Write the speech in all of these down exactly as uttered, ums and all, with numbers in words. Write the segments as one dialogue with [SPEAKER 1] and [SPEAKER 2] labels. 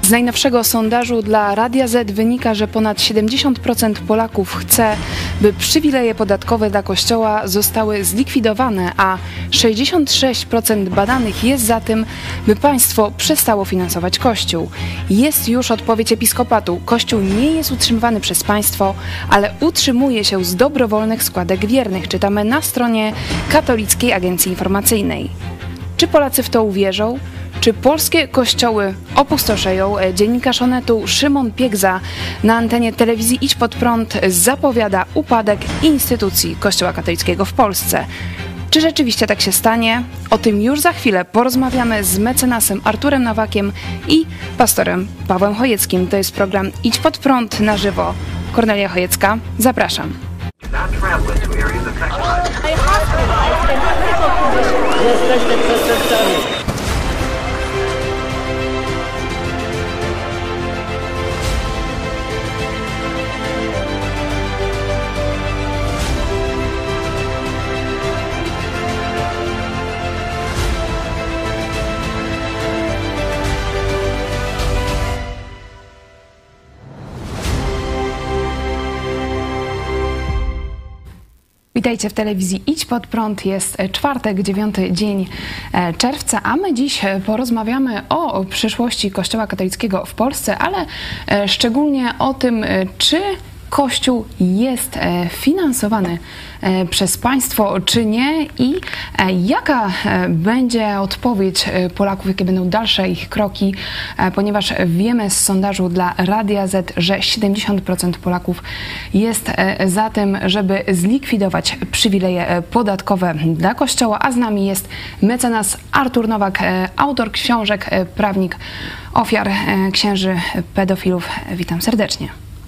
[SPEAKER 1] Z najnowszego sondażu dla Radia Z wynika, że ponad siedemdziesiąt procent Polaków chce, by przywileje podatkowe dla Kościoła zostały zlikwidowane, a sześćdziesiąt sześć procent badanych jest za tym, by państwo przestało finansować Kościół. Jest już odpowiedź Episkopatu. Kościół nie jest utrzymywany przez państwo, ale utrzymuje się z dobrowolnych składek wiernych. Czytamy na stronie Katolickiej Agencji Informacyjnej. Czy Polacy w to uwierzą? Czy polskie kościoły opustoszeją? Dziennikarz Onetu Szymon Piegza na antenie telewizji Idź Pod Prąd zapowiada upadek instytucji Kościoła katolickiego w Polsce. Czy rzeczywiście tak się stanie? O tym już za chwilę porozmawiamy z mecenasem Arturem Nowakiem i pastorem Pawłem Chojeckim. To jest program Idź Pod Prąd na żywo. Kornelia Chojecka, zapraszam.
[SPEAKER 2] Jesteśmy przestępcami.
[SPEAKER 1] Witajcie w telewizji Idź Pod Prąd. Jest czwartek, dziewiąty dzień czerwca, a my dziś porozmawiamy o przyszłości Kościoła katolickiego w Polsce, ale szczególnie o tym, czy Kościół jest finansowany przez państwo, czy nie i jaka będzie odpowiedź Polaków, jakie będą dalsze ich kroki, ponieważ wiemy z sondażu dla Radia Z, że siedemdziesiąt procent Polaków jest za tym, żeby zlikwidować przywileje podatkowe dla Kościoła, a z nami jest mecenas Artur Nowak, autor książek, prawnik ofiar księży pedofilów. Witam serdecznie.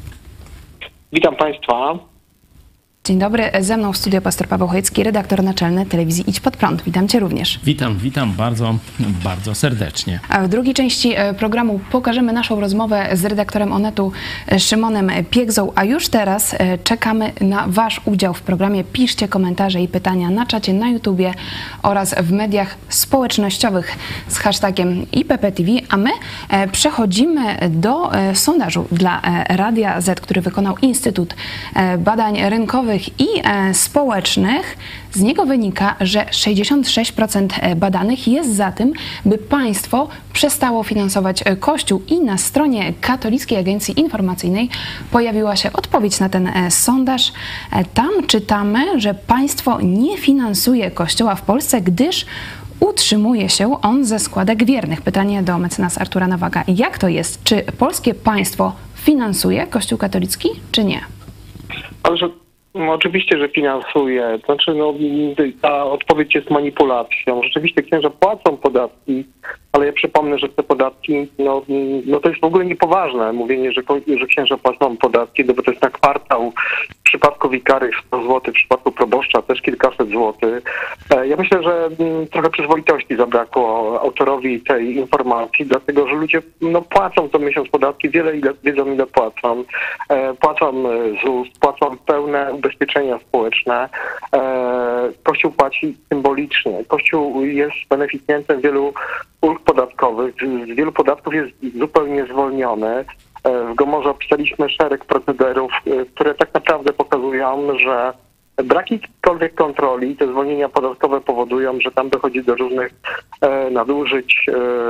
[SPEAKER 3] Witam Państwa.
[SPEAKER 1] Dzień dobry, ze mną w studio pastor Paweł Chojecki, redaktor naczelny telewizji Idź Pod Prąd. Witam Cię również.
[SPEAKER 2] Witam, witam bardzo, bardzo serdecznie.
[SPEAKER 1] A w drugiej części programu pokażemy naszą rozmowę z redaktorem Onetu Szymonem Piegzą, a już teraz czekamy na Wasz udział w programie. Piszcie komentarze i pytania na czacie na YouTubie oraz w mediach społecznościowych z hashtagiem I P P T V, a my przechodzimy do sondażu dla Radia Z, który wykonał Instytut Badań Rynkowych i społecznych. Z niego wynika, że sześćdziesiąt sześć procent badanych jest za tym, by państwo przestało finansować Kościół i na stronie Katolickiej Agencji Informacyjnej pojawiła się odpowiedź na ten sondaż. Tam czytamy, że państwo nie finansuje Kościoła w Polsce, gdyż utrzymuje się on ze składek wiernych. Pytanie do mecenasa Artura Nowaka. Jak to jest? Czy polskie państwo finansuje Kościół katolicki, czy nie?
[SPEAKER 3] Ale No, oczywiście, że finansuje. Znaczy, no, ta odpowiedź jest manipulacją. Rzeczywiście księża płacą podatki, ale ja przypomnę, że te podatki, no, no to jest w ogóle niepoważne mówienie, że, że księża płacą podatki, no bo to jest na kwartał. W przypadku wikarych sto złotych, w przypadku proboszcza też kilkaset złotych. Ja myślę, że trochę przyzwoitości zabrakło autorowi tej informacji, dlatego że ludzie no, płacą co miesiąc podatki, wiele ile, wiedzą ile płacą. Płacą Z U S, płacą pełne ubezpieczenia społeczne. Kościół płaci symbolicznie. Kościół jest beneficjentem wielu ulg podatkowych. Z wielu podatków jest zupełnie zwolniony. W Gomorze opisaliśmy szereg procederów, które tak naprawdę pokazują, że brak jakiejkolwiek kontroli, te zwolnienia podatkowe powodują, że tam dochodzi do różnych nadużyć.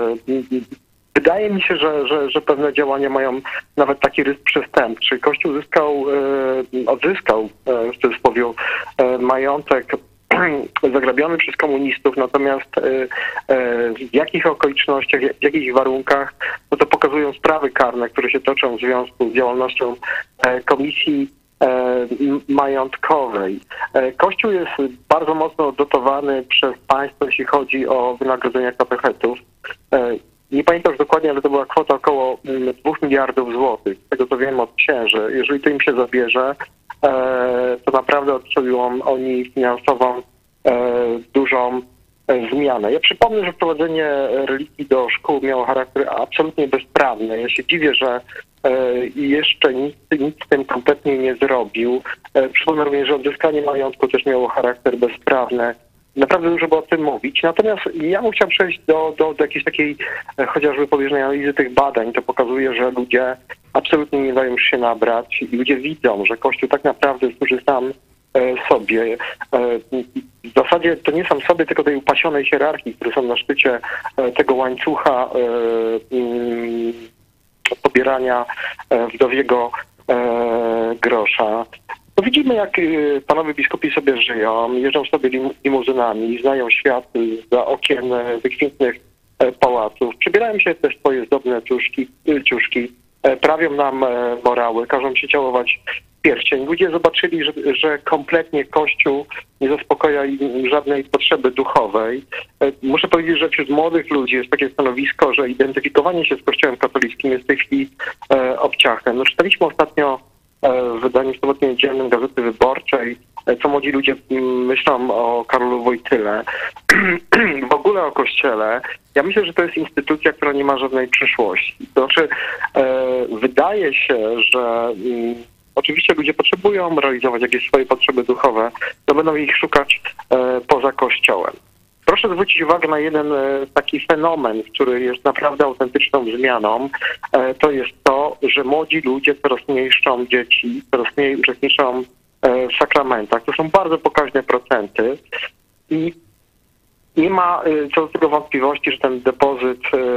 [SPEAKER 3] Wydaje mi się, że, że, że pewne działania mają nawet taki rys przestępczy. Kościół zyskał, odzyskał w cudzysłowie majątek zagrabiony przez komunistów, natomiast w jakich okolicznościach, w jakich warunkach, no to pokazują sprawy karne, które się toczą w związku z działalnością Komisji Majątkowej. Kościół jest bardzo mocno dotowany przez państwo, jeśli chodzi o wynagrodzenia katechetów. Nie pamiętam już dokładnie, ale to była kwota około dwóch miliardów złotych. Z tego co wiem od księży. Jeżeli to im się zabierze, to naprawdę odczują oni finansową dużą zmianę. Ja przypomnę, że wprowadzenie religii do szkół miało charakter absolutnie bezprawny. Ja się dziwię, że jeszcze nic, nic z tym kompletnie nie zrobił. Przypomnę również, że odzyskanie majątku też miało charakter bezprawny. naprawdę dużo było o tym mówić. Natomiast ja bym chciał przejść do, do, do jakiejś takiej e, chociażby pobieżnej analizy tych badań. To pokazuje, że ludzie absolutnie nie dają już się nabrać i ludzie widzą, że Kościół tak naprawdę służy sam e, sobie. E, w zasadzie to nie sam sobie, tylko tej upasionej hierarchii, które są na szczycie e, tego łańcucha e, mm, pobierania e, wdowiego e, grosza. No widzimy, jak panowie biskupi sobie żyją, jeżdżą sobie lim- limuzynami, znają świat za okien tych pięknych pałaców, przybierają się te swoje zdobne ciuszki, ciuszki, prawią nam morały, każą się ciałować pierścień. Ludzie zobaczyli, że, że kompletnie Kościół nie zaspokaja im żadnej potrzeby duchowej. Muszę powiedzieć, że wśród młodych ludzi jest takie stanowisko, że identyfikowanie się z Kościołem katolickim jest w tej chwili e, obciachem. No, czytaliśmy ostatnio w wydaniu sobotnio niedzielnym Gazety Wyborczej, co młodzi ludzie myślą o Karolu Wojtyle, w ogóle o Kościele. Ja myślę, że to jest instytucja, która nie ma żadnej przyszłości. To znaczy, e, wydaje się, że m, oczywiście ludzie potrzebują realizować jakieś swoje potrzeby duchowe, to będą ich szukać e, poza Kościołem. Proszę zwrócić uwagę na jeden taki fenomen, który jest naprawdę autentyczną zmianą. To jest to, że młodzi ludzie coraz mniej chrzczą dzieci, coraz mniej uczestniczą w sakramentach. To są bardzo pokaźne procenty i nie ma co do tego wątpliwości, że ten depozyt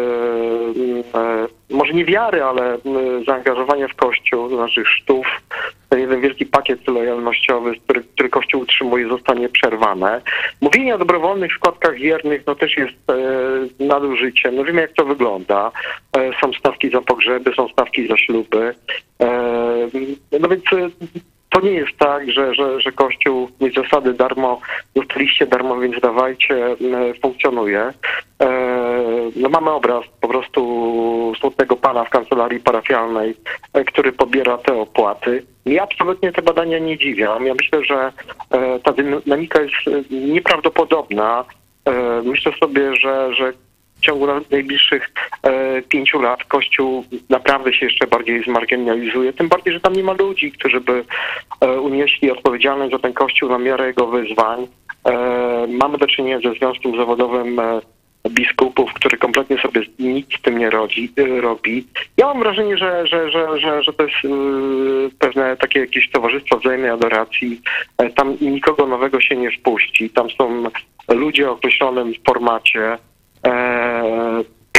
[SPEAKER 3] może nie wiary, ale zaangażowania w Kościół, do naszych chrztów, ten jeden wielki pakiet lojalnościowy, który, który Kościół utrzymuje, zostanie przerwane. Mówienie o dobrowolnych składkach wiernych no też jest e, nadużyciem. No wiemy, jak to wygląda. E, są stawki za pogrzeby, są stawki za śluby. E, no więc e, to nie jest tak, że, że, że Kościół z zasady darmo, dostaliście darmo, więc dawajcie, e, funkcjonuje. E, no mamy obraz po prostu smutnego pana w kancelarii parafialnej, e, który pobiera te opłaty. Mnie absolutnie te badania nie dziwią. Ja myślę, że e, ta dynamika jest nieprawdopodobna. E, myślę sobie, że, że w ciągu najbliższych e, pięciu lat Kościół naprawdę się jeszcze bardziej zmarginalizuje. Tym bardziej, że tam nie ma ludzi, którzy by e, unieśli odpowiedzialność za ten Kościół na miarę jego wyzwań. E, mamy do czynienia ze związkiem zawodowym e, biskupów, który kompletnie sobie nic z tym nie rodzi, robi. Ja mam wrażenie, że, że, że, że, że to jest yy, pewne takie jakieś towarzystwo wzajemnej adoracji. E, tam nikogo nowego się nie wpuści. Tam są ludzie o określonym formacie. E,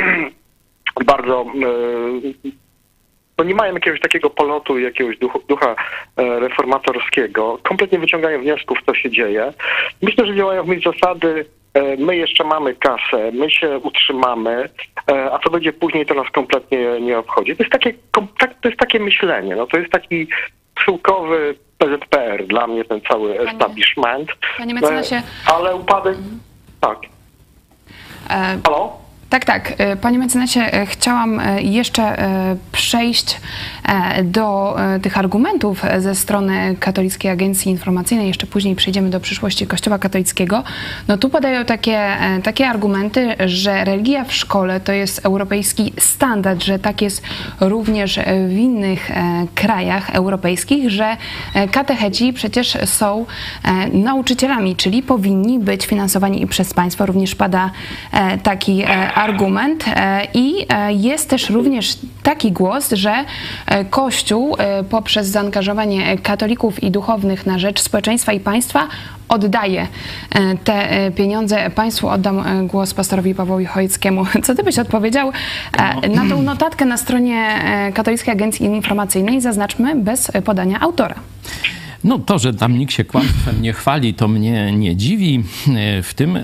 [SPEAKER 3] bardzo e, no nie mają jakiegoś takiego polotu, jakiegoś ducha, ducha e, reformatorskiego. Kompletnie wyciągają wniosków, co się dzieje. Myślę, że działają w myśl zasady my jeszcze mamy kasę, my się utrzymamy, a co będzie później, to nas kompletnie nie obchodzi. To jest takie, to jest takie myślenie, no to jest taki schyłkowy P Z P R dla mnie, ten cały Panie, establishment.
[SPEAKER 1] Panie mecenasie...
[SPEAKER 3] Ale upadek... Mhm. Tak.
[SPEAKER 1] E...
[SPEAKER 3] Halo?
[SPEAKER 1] Tak, tak. Panie mecenasie, chciałam jeszcze przejść do tych argumentów ze strony Katolickiej Agencji Informacyjnej. Jeszcze później przejdziemy do przyszłości Kościoła katolickiego. No tu padają takie, takie argumenty, że religia w szkole to jest europejski standard, że tak jest również w innych krajach europejskich, że katecheci przecież są nauczycielami, czyli powinni być finansowani i przez państwo. Również pada taki argument i jest też również taki głos, że Kościół poprzez zaangażowanie katolików i duchownych na rzecz społeczeństwa i państwa oddaje te pieniądze państwu. Oddam głos pastorowi Pawłowi Chojeckiemu. Co ty byś odpowiedział na tą notatkę na stronie Katolickiej Agencji Informacyjnej? Zaznaczmy bez podania autora.
[SPEAKER 2] No to, że tam nikt się kłamstwem nie chwali, to mnie nie dziwi. W tym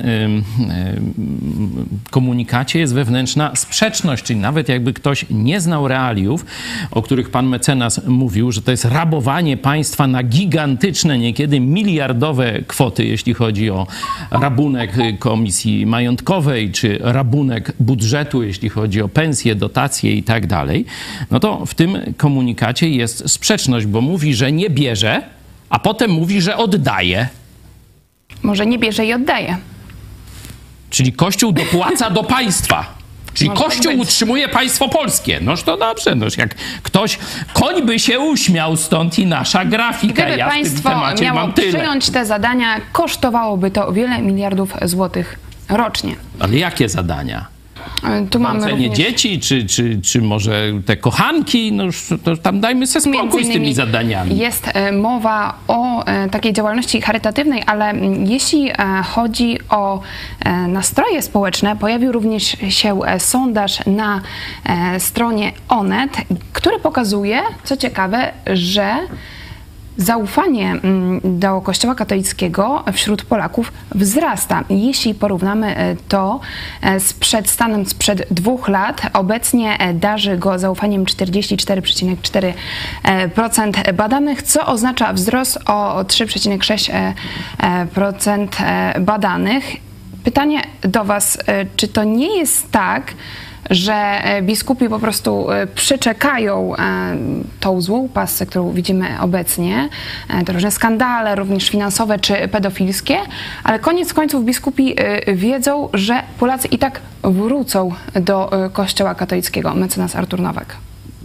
[SPEAKER 2] komunikacie jest wewnętrzna sprzeczność, czyli nawet jakby ktoś nie znał realiów, o których pan mecenas mówił, że to jest rabowanie państwa na gigantyczne, niekiedy miliardowe kwoty, jeśli chodzi o rabunek Komisji Majątkowej, czy rabunek budżetu, jeśli chodzi o pensje, dotacje i tak dalej, no to w tym komunikacie jest sprzeczność, bo mówi, że nie bierze, a potem mówi, że oddaje.
[SPEAKER 1] Może nie bierze i oddaje.
[SPEAKER 2] Czyli Kościół dopłaca do państwa. Czyli
[SPEAKER 1] Może
[SPEAKER 2] Kościół
[SPEAKER 1] tak być.
[SPEAKER 2] utrzymuje państwo polskie. Noż to dobrze, noż jak ktoś, koń by się uśmiał stąd i nasza grafika.
[SPEAKER 1] Gdyby
[SPEAKER 2] Ja w tym
[SPEAKER 1] państwo
[SPEAKER 2] temacie
[SPEAKER 1] miało
[SPEAKER 2] mam tyle.
[SPEAKER 1] przyjąć te zadania, kosztowałoby to wiele miliardów złotych rocznie.
[SPEAKER 2] Ale jakie zadania?
[SPEAKER 1] Tu mamy
[SPEAKER 2] Gwałcenie
[SPEAKER 1] również...
[SPEAKER 2] dzieci, czy, czy, czy może te kochanki? No już to tam dajmy sobie spokój
[SPEAKER 1] Między
[SPEAKER 2] z tymi
[SPEAKER 1] innymi
[SPEAKER 2] zadaniami.
[SPEAKER 1] Jest e, mowa o e, takiej działalności charytatywnej, ale m, jeśli e, chodzi o e, nastroje społeczne, pojawił również się e, sondaż na e, stronie Onet, który pokazuje, co ciekawe, że zaufanie mm, do Kościoła katolickiego wśród Polaków wzrasta. Jeśli porównamy e, to e, sprzed stanem sprzed dwóch lat, obecnie e, darzy go zaufaniem czterdzieści cztery przecinek cztery procent badanych, co oznacza wzrost o trzy przecinek sześć procent badanych. Pytanie do Was, e, czy to nie jest tak, że biskupi po prostu przeczekają tą złą pasę, którą widzimy obecnie, te różne skandale, również finansowe czy pedofilskie, ale koniec końców biskupi wiedzą, że Polacy i tak wrócą do Kościoła katolickiego. Mecenas Artur Nowak.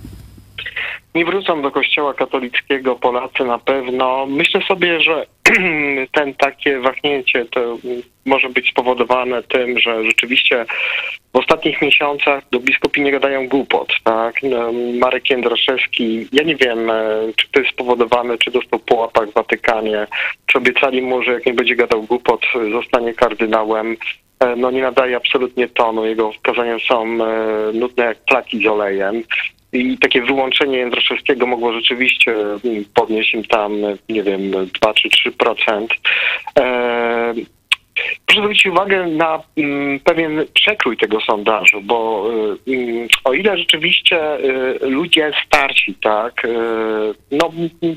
[SPEAKER 3] Nie wrócą do Kościoła katolickiego Polacy na pewno. Myślę sobie, że ten takie wahnięcie to może być spowodowane tym, że rzeczywiście w ostatnich miesiącach do biskupi nie gadają głupot, tak? Marek Jędraszewski, ja nie wiem, czy to jest spowodowane, czy dostał po łapach w Watykanie, czy obiecali mu, że jak nie będzie gadał głupot, zostanie kardynałem. No nie nadaje absolutnie tonu, jego wskazania są nudne jak plaki z olejem. I takie wyłączenie Jędraszewskiego mogło rzeczywiście podnieść im tam, nie wiem, dwa czy trzy procent. Eee, proszę zwrócić uwagę na mm, pewien przekrój tego sondażu, bo y, o ile rzeczywiście y, ludzie starsi, tak, y, no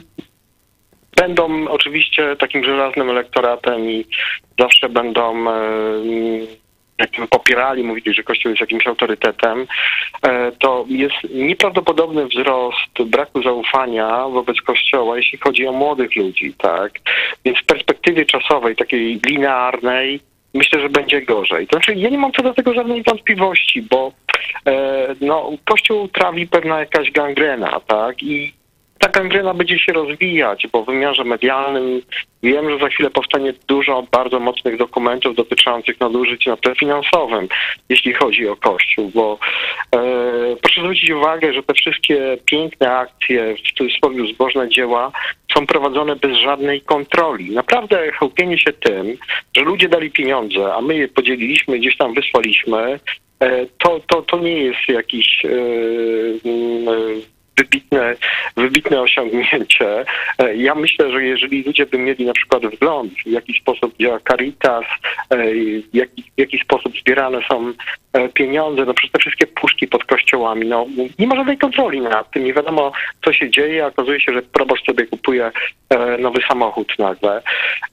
[SPEAKER 3] będą oczywiście takim żelaznym elektoratem i zawsze będą y, jakby popierali, mówili, że Kościół jest jakimś autorytetem, to jest nieprawdopodobny wzrost braku zaufania wobec Kościoła, jeśli chodzi o młodych ludzi, tak? Więc w perspektywie czasowej, takiej linearnej, myślę, że będzie gorzej. To znaczy, ja nie mam co do tego żadnej wątpliwości, bo e, no, Kościół trawi pewna jakaś gangrena, tak? I ta gangrena będzie się rozwijać, bo w wymiarze medialnym wiem, że za chwilę powstanie dużo bardzo mocnych dokumentów dotyczących nadużyć na tle finansowym, jeśli chodzi o Kościół, bo e, proszę zwrócić uwagę, że te wszystkie piękne akcje, w cudzysłowie zbożne dzieła, są prowadzone bez żadnej kontroli. Naprawdę chełpienie się tym, że ludzie dali pieniądze, a my je podzieliliśmy, gdzieś tam wysłaliśmy, e, to, to, to nie jest jakiś... E, e, Wybitne, wybitne osiągnięcie. Ja myślę, że jeżeli ludzie by mieli na przykład wgląd, w jaki sposób działa Caritas, w jaki, w jaki sposób zbierane są pieniądze, no przez te wszystkie puszki pod kościołami, no nie ma żadnej kontroli nad tym, nie wiadomo co się dzieje, a okazuje się, że proboszcz sobie kupuje nowy samochód nagle.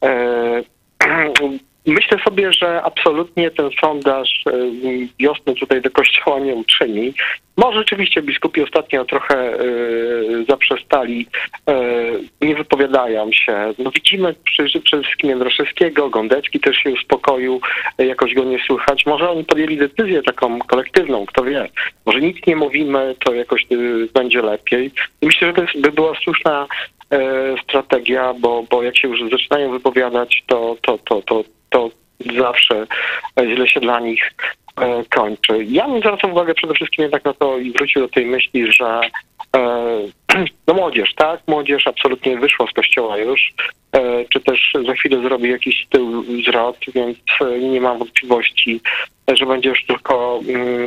[SPEAKER 3] Myślę sobie, że absolutnie ten sondaż wiosny tutaj do Kościoła nie uczyni. Może rzeczywiście biskupi ostatnio trochę y, zaprzestali, y, nie wypowiadają się. No widzimy przede wszystkim Jędraszewskiego, Gądecki też się uspokoił, y, jakoś go nie słychać. Może oni podjęli decyzję taką kolektywną, kto wie. Może nic nie mówimy, to jakoś y, będzie lepiej. I myślę, że to jest, by była słuszna y, strategia, bo, bo jak się już zaczynają wypowiadać, to, to, to, to, to zawsze źle się dla nich kończy. Ja bym zwracał uwagę przede wszystkim jednak na to i wrócił do tej myśli, że no młodzież, tak? Młodzież absolutnie wyszła z kościoła już, czy też za chwilę zrobi jakiś tył zwrot, więc nie mam wątpliwości, że będzie już tylko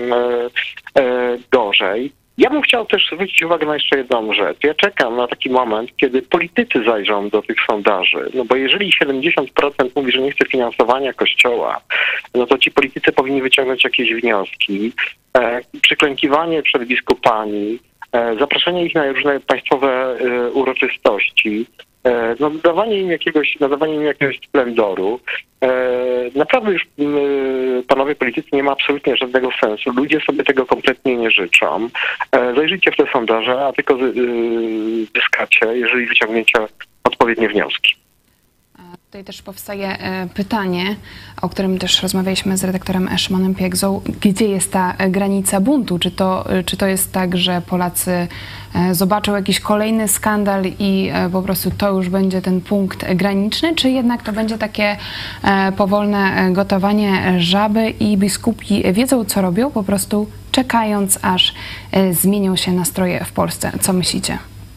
[SPEAKER 3] gorzej. Ja bym chciał też zwrócić uwagę na jeszcze jedną rzecz. Ja czekam na taki moment, kiedy politycy zajrzą do tych sondaży. No bo jeżeli siedemdziesiąt procent mówi, że nie chce finansowania Kościoła, no to ci politycy powinni wyciągnąć jakieś wnioski. E, przyklękiwanie przed biskupami, e, zapraszanie ich na różne państwowe e, uroczystości, e, no nadawanie im jakiegoś, nadawanie im jakiegoś splendoru. E, naprawdę już e, panowie politycy nie ma absolutnie żadnego sensu. Ludzie sobie tego kompletnie nie życzą. E, zajrzyjcie w te sondaże, a tylko zyskacie, jeżeli wyciągniecie odpowiednie wnioski.
[SPEAKER 1] Tutaj też powstaje pytanie, o którym też rozmawialiśmy z redaktorem Szymonem Piegzą. Gdzie jest ta granica buntu? Czy to, czy to jest tak, że Polacy zobaczą jakiś kolejny skandal i po prostu to już będzie ten punkt graniczny? Czy jednak to będzie takie powolne gotowanie żaby i biskupi wiedzą, co robią, po prostu czekając, aż zmienią się nastroje w Polsce? Co myślicie?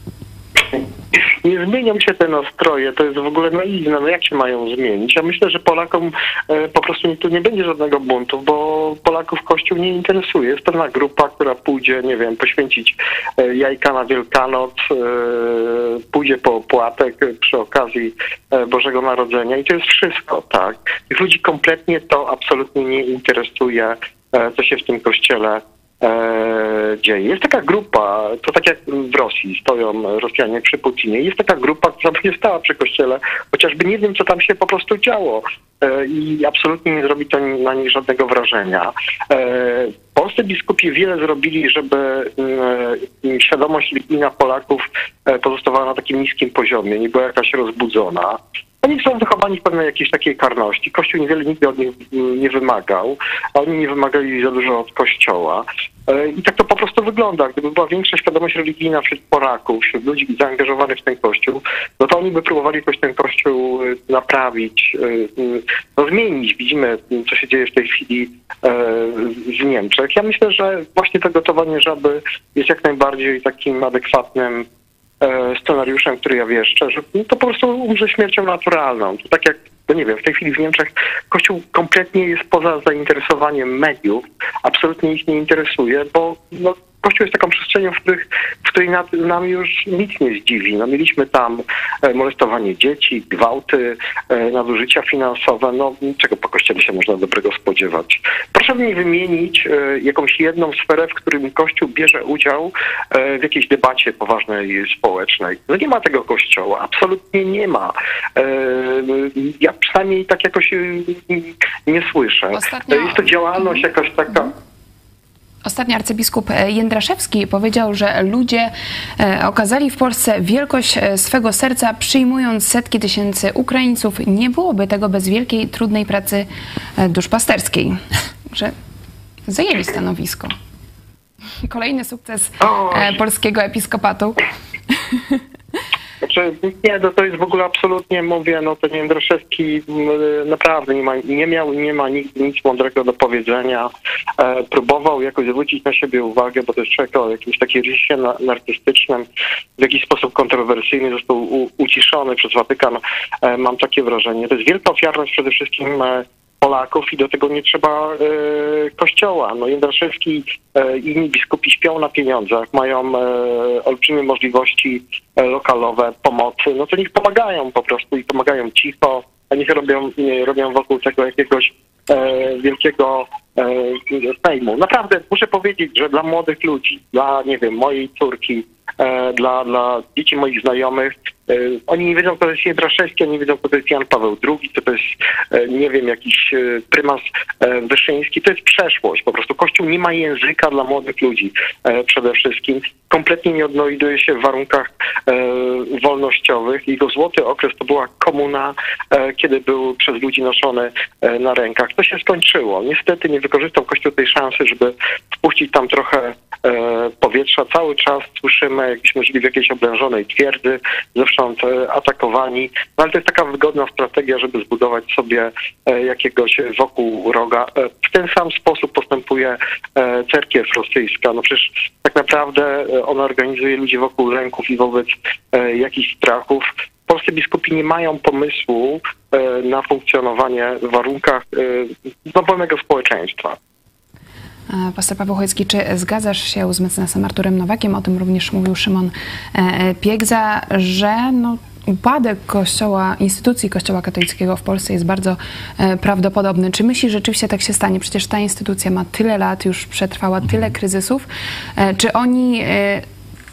[SPEAKER 3] Nie zmienią się te nastroje, to jest w ogóle naiwne, no jak się mają zmienić? Ja myślę, że Polakom e, po prostu tu nie będzie żadnego buntu, bo Polaków Kościół nie interesuje. Jest pewna grupa, która pójdzie, nie wiem, poświęcić e, jajka na Wielkanoc, e, pójdzie po opłatek przy okazji e, Bożego Narodzenia i to jest wszystko, tak? Tych ludzi kompletnie to absolutnie nie interesuje, e, co się w tym kościele dzieje. Jest taka grupa, to tak jak w Rosji stoją Rosjanie przy Putinie, jest taka grupa, która nie stała przy kościele, chociażby nie wiem, co tam się po prostu działo i absolutnie nie zrobi to na nich żadnego wrażenia. Polscy biskupi wiele zrobili, żeby świadomość religijna Polaków pozostawała na takim niskim poziomie, nie była jakaś rozbudzona. Oni są wychowani w pewnej jakiejś takiej karności. Kościół niewiele nigdy od nich nie wymagał, a oni nie wymagali za dużo od Kościoła. I tak to po prostu wygląda. Gdyby była większa świadomość religijna wśród Polaków, wśród ludzi zaangażowanych w ten Kościół, no to oni by próbowali jakoś ten Kościół naprawić, no zmienić. Widzimy, co się dzieje w tej chwili w Niemczech. Ja myślę, że właśnie to gotowanie żaby jest jak najbardziej takim adekwatnym scenariuszem, który ja wieszczę, że to po prostu umrze śmiercią naturalną. To tak jak, no nie wiem, w tej chwili w Niemczech Kościół kompletnie jest poza zainteresowaniem mediów, absolutnie ich nie interesuje, bo no, Kościół jest taką przestrzenią, w, których, w której nad, nam już nic nie zdziwi. No, mieliśmy tam molestowanie dzieci, gwałty, nadużycia finansowe. No, czego po Kościele się można dobrego spodziewać? Proszę mi wymienić jakąś jedną sferę, w którym Kościół bierze udział w jakiejś debacie poważnej społecznej. No nie ma tego Kościoła, absolutnie nie ma. Ja przynajmniej tak jakoś nie słyszę.
[SPEAKER 1] Ostatnio...
[SPEAKER 3] Jest to działalność jakaś taka...
[SPEAKER 1] Ostatnio arcybiskup Jędraszewski powiedział, że ludzie okazali w Polsce wielkość swego serca, przyjmując setki tysięcy Ukraińców. Nie byłoby tego bez wielkiej, trudnej pracy duszpasterskiej. Że zajęli stanowisko. Kolejny sukces o. polskiego episkopatu.
[SPEAKER 3] Znaczy, nie, no to jest w ogóle absolutnie, mówię, no ten Jędraszewski naprawdę nie ma, nie miał, nie ma nic, nic mądrego do powiedzenia. E, próbował jakoś zwrócić na siebie uwagę, bo to jest człowiek o jakimś takim rysie narcystycznym, w jakiś sposób kontrowersyjny, został u, uciszony przez Watykan. E, mam takie wrażenie. To jest wielka ofiarność przede wszystkim e, Polaków i do tego nie trzeba e, Kościoła. No Jędraszewski e, i inni biskupi śpią na pieniądzach, mają e, olbrzymie możliwości e, lokalowe, pomocy, no to niech pomagają po prostu i pomagają cicho, a niech robią, nie, robią wokół tego jakiegoś e, wielkiego e, fejmu. Naprawdę muszę powiedzieć, że dla młodych ludzi, dla, nie wiem, mojej córki, e, dla, dla dzieci moich znajomych, e, oni nie wiedzą, kto to jest Jędraszewski, oni nie wiedzą, kto to jest Jan Paweł drugi, kto to jest, e, nie wiem, jakiś e, prymas e, Wyszyński. To jest przeszłość. Po prostu Kościół nie ma języka dla młodych ludzi e, przede wszystkim. Kompletnie nie odnajduje się w warunkach e, wolnościowych. Jego złoty okres to była komuna, e, kiedy był przez ludzi noszony e, na rękach. To się skończyło. Niestety nie wykorzystał Kościół tej szansy, żeby wpuścić tam trochę e, powietrza. Cały czas słyszymy jakieś możliwie jakiejś oblężonej twierdzy, zewsząd e, atakowani. No ale to jest taka wygodna strategia, żeby zbudować sobie e, jakiegoś wokół roga. E, w ten sam sposób postępuje e, cerkiew rosyjska. No przecież tak naprawdę e, ona organizuje ludzi wokół lęków i wobec e, jakichś strachów. Polscy biskupi nie mają pomysłu e, na funkcjonowanie w warunkach e, wolnego społeczeństwa.
[SPEAKER 1] Pastor Paweł Chojecki, czy zgadzasz się z mecenasem Arturem Nowakiem, o tym również mówił Szymon Piegza, że no, upadek Kościoła, instytucji Kościoła katolickiego w Polsce jest bardzo e, prawdopodobny. Czy myślisz, że rzeczywiście tak się stanie? Przecież ta instytucja ma tyle lat, już przetrwała tyle kryzysów. E, czy oni e,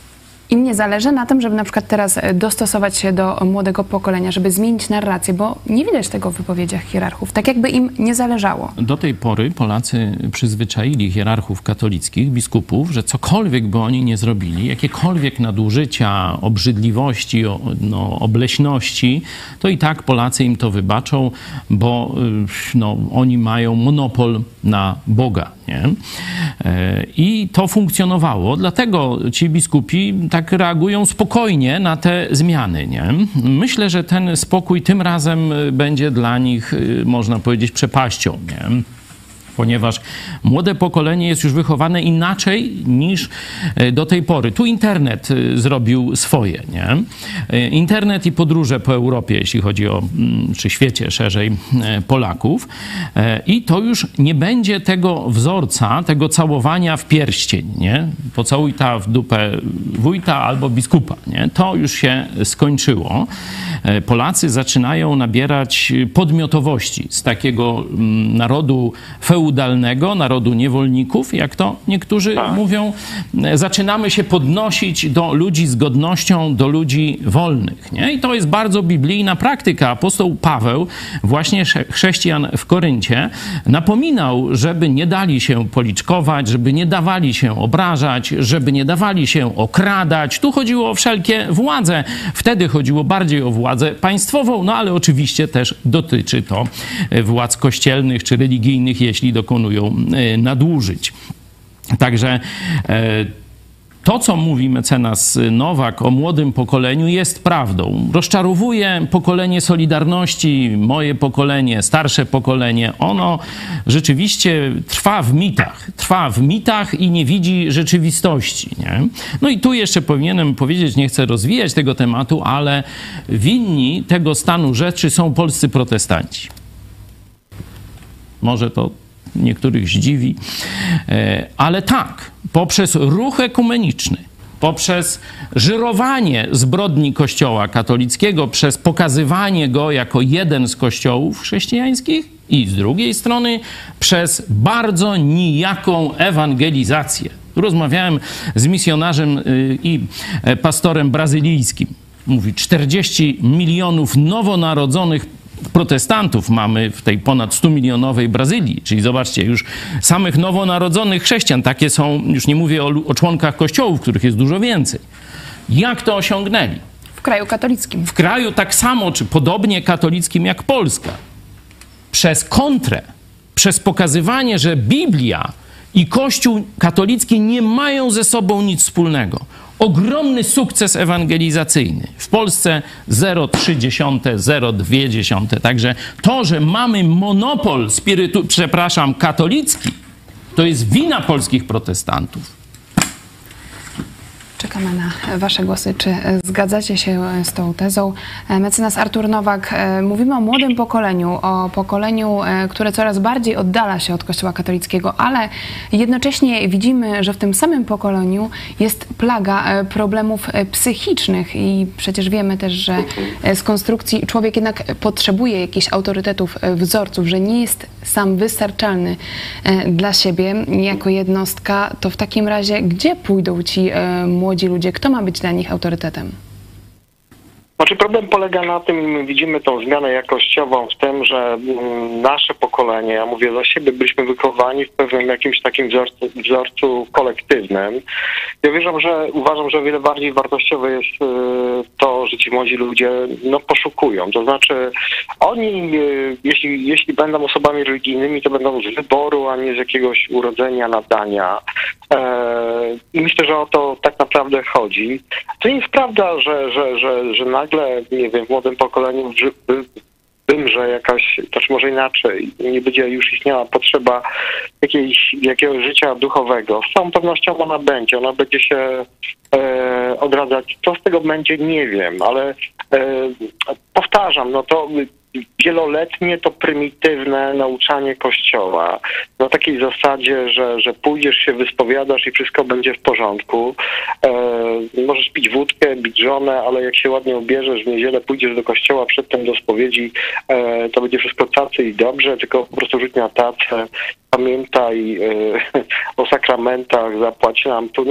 [SPEAKER 1] Im nie zależy na tym, żeby na przykład teraz dostosować się do młodego pokolenia, żeby zmienić narrację, bo nie widać tego w wypowiedziach hierarchów, tak jakby im nie zależało.
[SPEAKER 2] Do tej pory Polacy przyzwyczaili hierarchów katolickich, biskupów, że cokolwiek by oni nie zrobili, jakiekolwiek nadużycia, obrzydliwości, no, obleśności, to i tak Polacy im to wybaczą, bo no, oni mają monopol na Boga. Nie? I to funkcjonowało, dlatego ci biskupi tak reagują spokojnie na te zmiany. Nie? Myślę, że ten spokój tym razem będzie dla nich, można powiedzieć, przepaścią. Nie? Ponieważ młode pokolenie jest już wychowane inaczej niż do tej pory. Tu internet zrobił swoje, nie? Internet i podróże po Europie, jeśli chodzi o, czy świecie szerzej, Polaków. I to już nie będzie tego wzorca, tego całowania w pierścień, nie? Pocałuj ta w dupę wójta albo biskupa, nie? To już się skończyło. Polacy zaczynają nabierać podmiotowości z takiego narodu feudalnego, narodu niewolników, jak to niektórzy A. mówią. Zaczynamy się podnosić do ludzi z godnością, do ludzi wolnych. Nie? I to jest bardzo biblijna praktyka. Apostoł Paweł, właśnie chrześcijan w Koryncie, napominał, żeby nie dali się policzkować, żeby nie dawali się obrażać, żeby nie dawali się okradać. Tu chodziło o wszelkie władze. Wtedy chodziło bardziej o władzę państwową, no ale oczywiście też dotyczy to władz kościelnych czy religijnych, jeśli dokonują nadużyć. Także to, co mówi mecenas Nowak o młodym pokoleniu, jest prawdą. Rozczarowuje pokolenie Solidarności, moje pokolenie, starsze pokolenie. Ono rzeczywiście trwa w mitach. Trwa w mitach i nie widzi rzeczywistości. Nie? No i tu jeszcze powinienem powiedzieć, nie chcę rozwijać tego tematu, ale winni tego stanu rzeczy są polscy protestanci. Może to niektórych zdziwi, ale tak, poprzez ruch ekumeniczny, poprzez żyrowanie zbrodni Kościoła katolickiego, przez pokazywanie go jako jeden z kościołów chrześcijańskich i z drugiej strony przez bardzo nijaką ewangelizację. Rozmawiałem z misjonarzem i pastorem brazylijskim. Mówi, czterdzieści milionów nowonarodzonych protestantów mamy w tej ponad stumilionowej Brazylii. Czyli zobaczcie, już samych nowonarodzonych chrześcijan, takie są, już nie mówię o, o członkach kościołów, których jest dużo więcej. Jak to osiągnęli?
[SPEAKER 1] W kraju katolickim.
[SPEAKER 2] W kraju tak samo, czy podobnie katolickim jak Polska. Przez kontrę, przez pokazywanie, że Biblia i Kościół katolicki nie mają ze sobą nic wspólnego. Ogromny sukces ewangelizacyjny. W Polsce zero przecinek trzy, zero przecinek dwa. Także to, że mamy monopol spirytu, przepraszam, katolicki, to jest wina polskich protestantów.
[SPEAKER 1] Czekamy na wasze głosy. Czy zgadzacie się z tą tezą? Mecenas Artur Nowak, mówimy o młodym pokoleniu, o pokoleniu, które coraz bardziej oddala się od Kościoła katolickiego, ale jednocześnie widzimy, że w tym samym pokoleniu jest plaga problemów psychicznych i przecież wiemy też, że z konstrukcji człowiek jednak potrzebuje jakichś autorytetów, wzorców, że nie jest sam wystarczalny dla siebie jako jednostka. To w takim razie gdzie pójdą ci młodzi Młodzi ludzie, kto ma być dla nich autorytetem?
[SPEAKER 3] Znaczy problem polega na tym, i my widzimy tą zmianę jakościową w tym, że nasze pokolenie, ja mówię za siebie, byliśmy wychowani w pewnym jakimś takim wzorcu, wzorcu kolektywnym. Ja wierzę, że uważam, że o wiele bardziej wartościowe jest to, że ci młodzi ludzie no, poszukują. To znaczy oni, jeśli, jeśli będą osobami religijnymi, to będą z wyboru, a nie z jakiegoś urodzenia, nadania. I myślę, że o to tak naprawdę chodzi. To nie jest prawda, że, że, że, że nagle, nie wiem, w młodym pokoleniu wymrze jakaś, znaczy może inaczej, nie będzie już istniała potrzeba jakiejś, jakiegoś życia duchowego. Z całą pewnością ona będzie, ona będzie się e, odradzać. Co z tego będzie, nie wiem, ale e, powtarzam, no to wieloletnie to prymitywne nauczanie Kościoła. Na takiej zasadzie, że, że pójdziesz się, wyspowiadasz i wszystko będzie w porządku. E, możesz pić wódkę, bić żonę, ale jak się ładnie ubierzesz w niedzielę, pójdziesz do kościoła, przedtem do spowiedzi, e, to będzie wszystko tacy i dobrze, tylko po prostu rzuć na tacę, pamiętaj e, o sakramentach, zapłać nam tu. No, tak to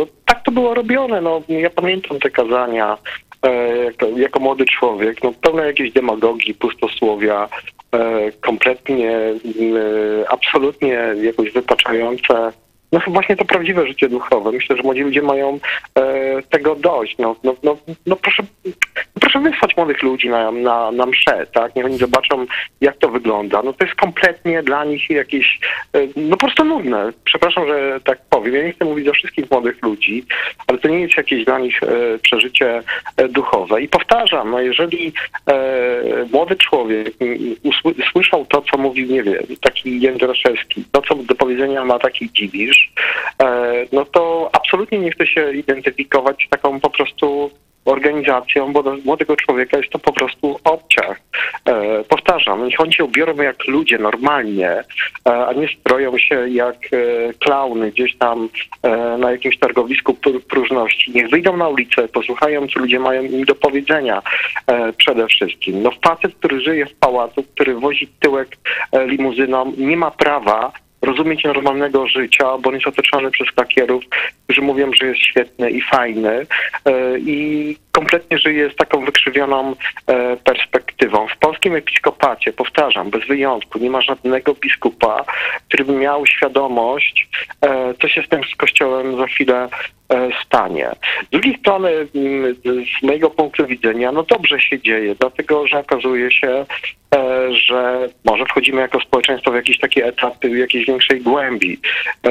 [SPEAKER 3] to było robione. No, ja pamiętam te kazania jako, jako młody człowiek, no, pełne jakiejś demagogii, pustosłowia, kompletnie, absolutnie jakoś wypaczające. No właśnie to prawdziwe życie duchowe. Myślę, że młodzi ludzie mają e, tego dość. No, no, no, no proszę, proszę wysłać młodych ludzi na, na, na mszę, tak? Niech oni zobaczą, jak to wygląda. No to jest kompletnie dla nich jakieś, e, no po prostu nudne. Przepraszam, że tak powiem. Ja nie chcę mówić o wszystkich młodych ludzi, ale to nie jest jakieś dla nich e, przeżycie e, duchowe. I powtarzam, no jeżeli e, młody człowiek usły, słyszał to, co mówił, nie wiem, taki Jędraszewski, to, co do powiedzenia ma taki Dziwisz, no to absolutnie nie chce się identyfikować z taką po prostu organizacją, bo dla młodego człowieka jest to po prostu obciach. E, powtarzam, niech oni się ubiorą jak ludzie normalnie, e, a nie stroją się jak e, klauny gdzieś tam e, na jakimś targowisku pr- próżności. Niech wyjdą na ulicę, posłuchają, co ludzie mają im do powiedzenia e, przede wszystkim. No facet, który żyje w pałacu, który wozi tyłek e, limuzyną, nie ma prawa rozumieć normalnego życia, bo on jest otoczony przez klakierów, którzy mówią, że jest świetny i fajny i kompletnie żyje z taką wykrzywioną perspektywą. W polskim episkopacie, powtarzam, bez wyjątku, nie ma żadnego biskupa, który by miał świadomość, co się z tym z Kościołem za chwilę stanie. Z drugiej strony, z mojego punktu widzenia, no dobrze się dzieje, dlatego że okazuje się, że może wchodzimy jako społeczeństwo w jakiś taki etap jakiejś większej głębi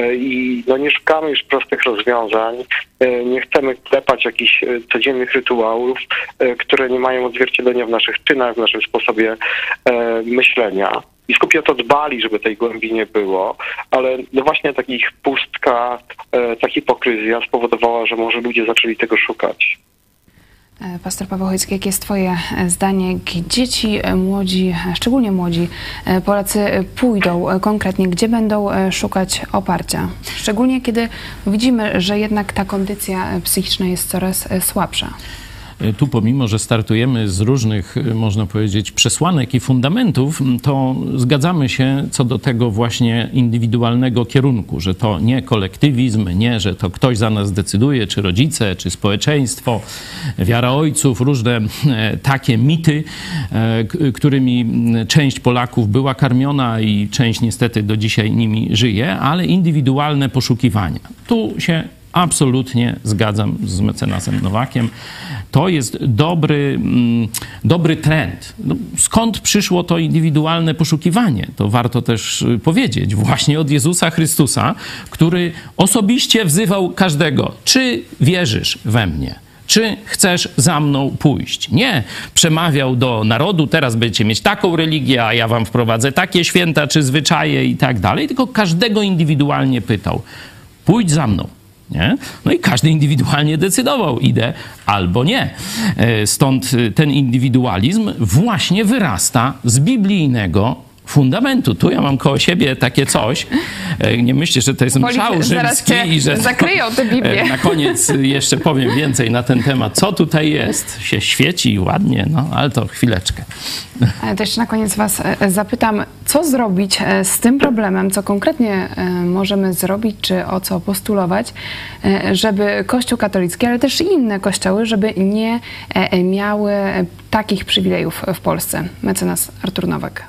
[SPEAKER 3] i no nie szukamy już prostych rozwiązań, nie chcemy klepać jakichś codziennych rytuałów, które nie mają odzwierciedlenia w naszych czynach, w naszym sposobie myślenia. Biskupi o to dbali, żeby tej głębi nie było, ale no właśnie ta ich pustka, ta hipokryzja spowodowała, że może ludzie zaczęli tego szukać.
[SPEAKER 1] Pastor Paweł Chojecki, jakie jest twoje zdanie? Gdzie dzieci, młodzi, szczególnie młodzi Polacy pójdą konkretnie? Gdzie będą szukać oparcia? Szczególnie kiedy widzimy, że jednak ta kondycja psychiczna jest coraz słabsza.
[SPEAKER 2] Tu pomimo, że startujemy z różnych, można powiedzieć, przesłanek i fundamentów, to zgadzamy się co do tego właśnie indywidualnego kierunku, że to nie kolektywizm, nie, że to ktoś za nas decyduje, czy rodzice, czy społeczeństwo, wiara ojców, różne takie mity, którymi część Polaków była karmiona i część niestety do dzisiaj nimi żyje, ale indywidualne poszukiwania. Tu się absolutnie zgadzam z mecenasem Nowakiem. To jest dobry, dobry trend. No, skąd przyszło to indywidualne poszukiwanie? To warto też powiedzieć. Właśnie od Jezusa Chrystusa, który osobiście wzywał każdego. Czy wierzysz we mnie? Czy chcesz za mną pójść? Nie. Przemawiał do narodu, teraz będziecie mieć taką religię, a ja wam wprowadzę takie święta czy zwyczaje i tak dalej. Tylko każdego indywidualnie pytał. Pójdź za mną. Nie? No i każdy indywidualnie decydował, idę albo nie. Stąd ten indywidualizm właśnie wyrasta z biblijnego fundamentu. Tu ja mam koło siebie takie coś. Nie myślcie, że to jest mszał rzymski i że
[SPEAKER 1] zakryją tę Biblię.
[SPEAKER 2] Na koniec jeszcze powiem więcej na ten temat. Co tutaj jest? Się świeci ładnie, no ale to chwileczkę.
[SPEAKER 1] Ale to jeszcze na koniec was zapytam, co zrobić z tym problemem, co konkretnie możemy zrobić, czy o co postulować, żeby Kościół katolicki, ale też inne kościoły, żeby nie miały takich przywilejów w Polsce. Mecenas Artur Nowak.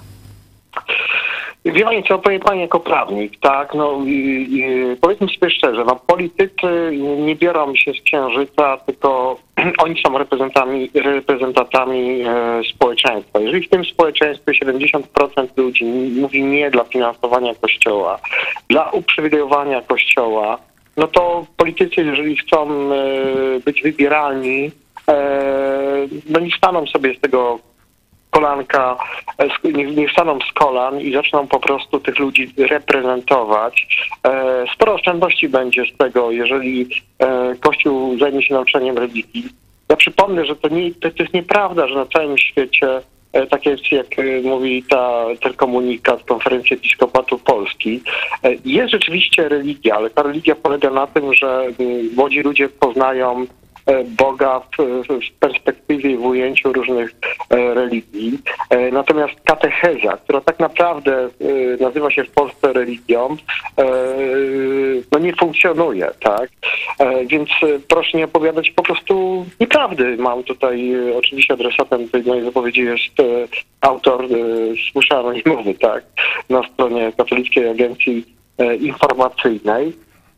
[SPEAKER 3] Wie pani co, powiem pani jako prawnik, tak, no i, i, powiedzmy sobie szczerze, no politycy nie biorą się z księżyca, tylko oni są reprezentantami, reprezentantami e, społeczeństwa. Jeżeli w tym społeczeństwie siedemdziesiąt procent ludzi mówi nie dla finansowania Kościoła, dla uprzywilejowania Kościoła, no to politycy, jeżeli chcą e, być wybieralni, e, no nie staną sobie z tego kolanka, nie, nie wstaną z kolan i zaczną po prostu tych ludzi reprezentować. E, sporo oszczędności będzie z tego, jeżeli e, Kościół zajmie się nauczaniem religii. Ja przypomnę, że to, nie, to, to jest nieprawda, że na całym świecie, e, tak jest jak e, mówi ta, ten komunikat Konferencji Episkopatu Polski, e, jest rzeczywiście religia, ale ta religia polega na tym, że m, młodzi ludzie poznają Boga w, w perspektywie i w ujęciu różnych religii. Natomiast katecheza, która tak naprawdę nazywa się w Polsce religią, no nie funkcjonuje, tak? Więc proszę nie opowiadać po prostu nieprawdy. Mam tutaj, oczywiście adresatem tej mojej wypowiedzi jest autor Służby Anonimowy, tak? Na stronie Katolickiej Agencji Informacyjnej.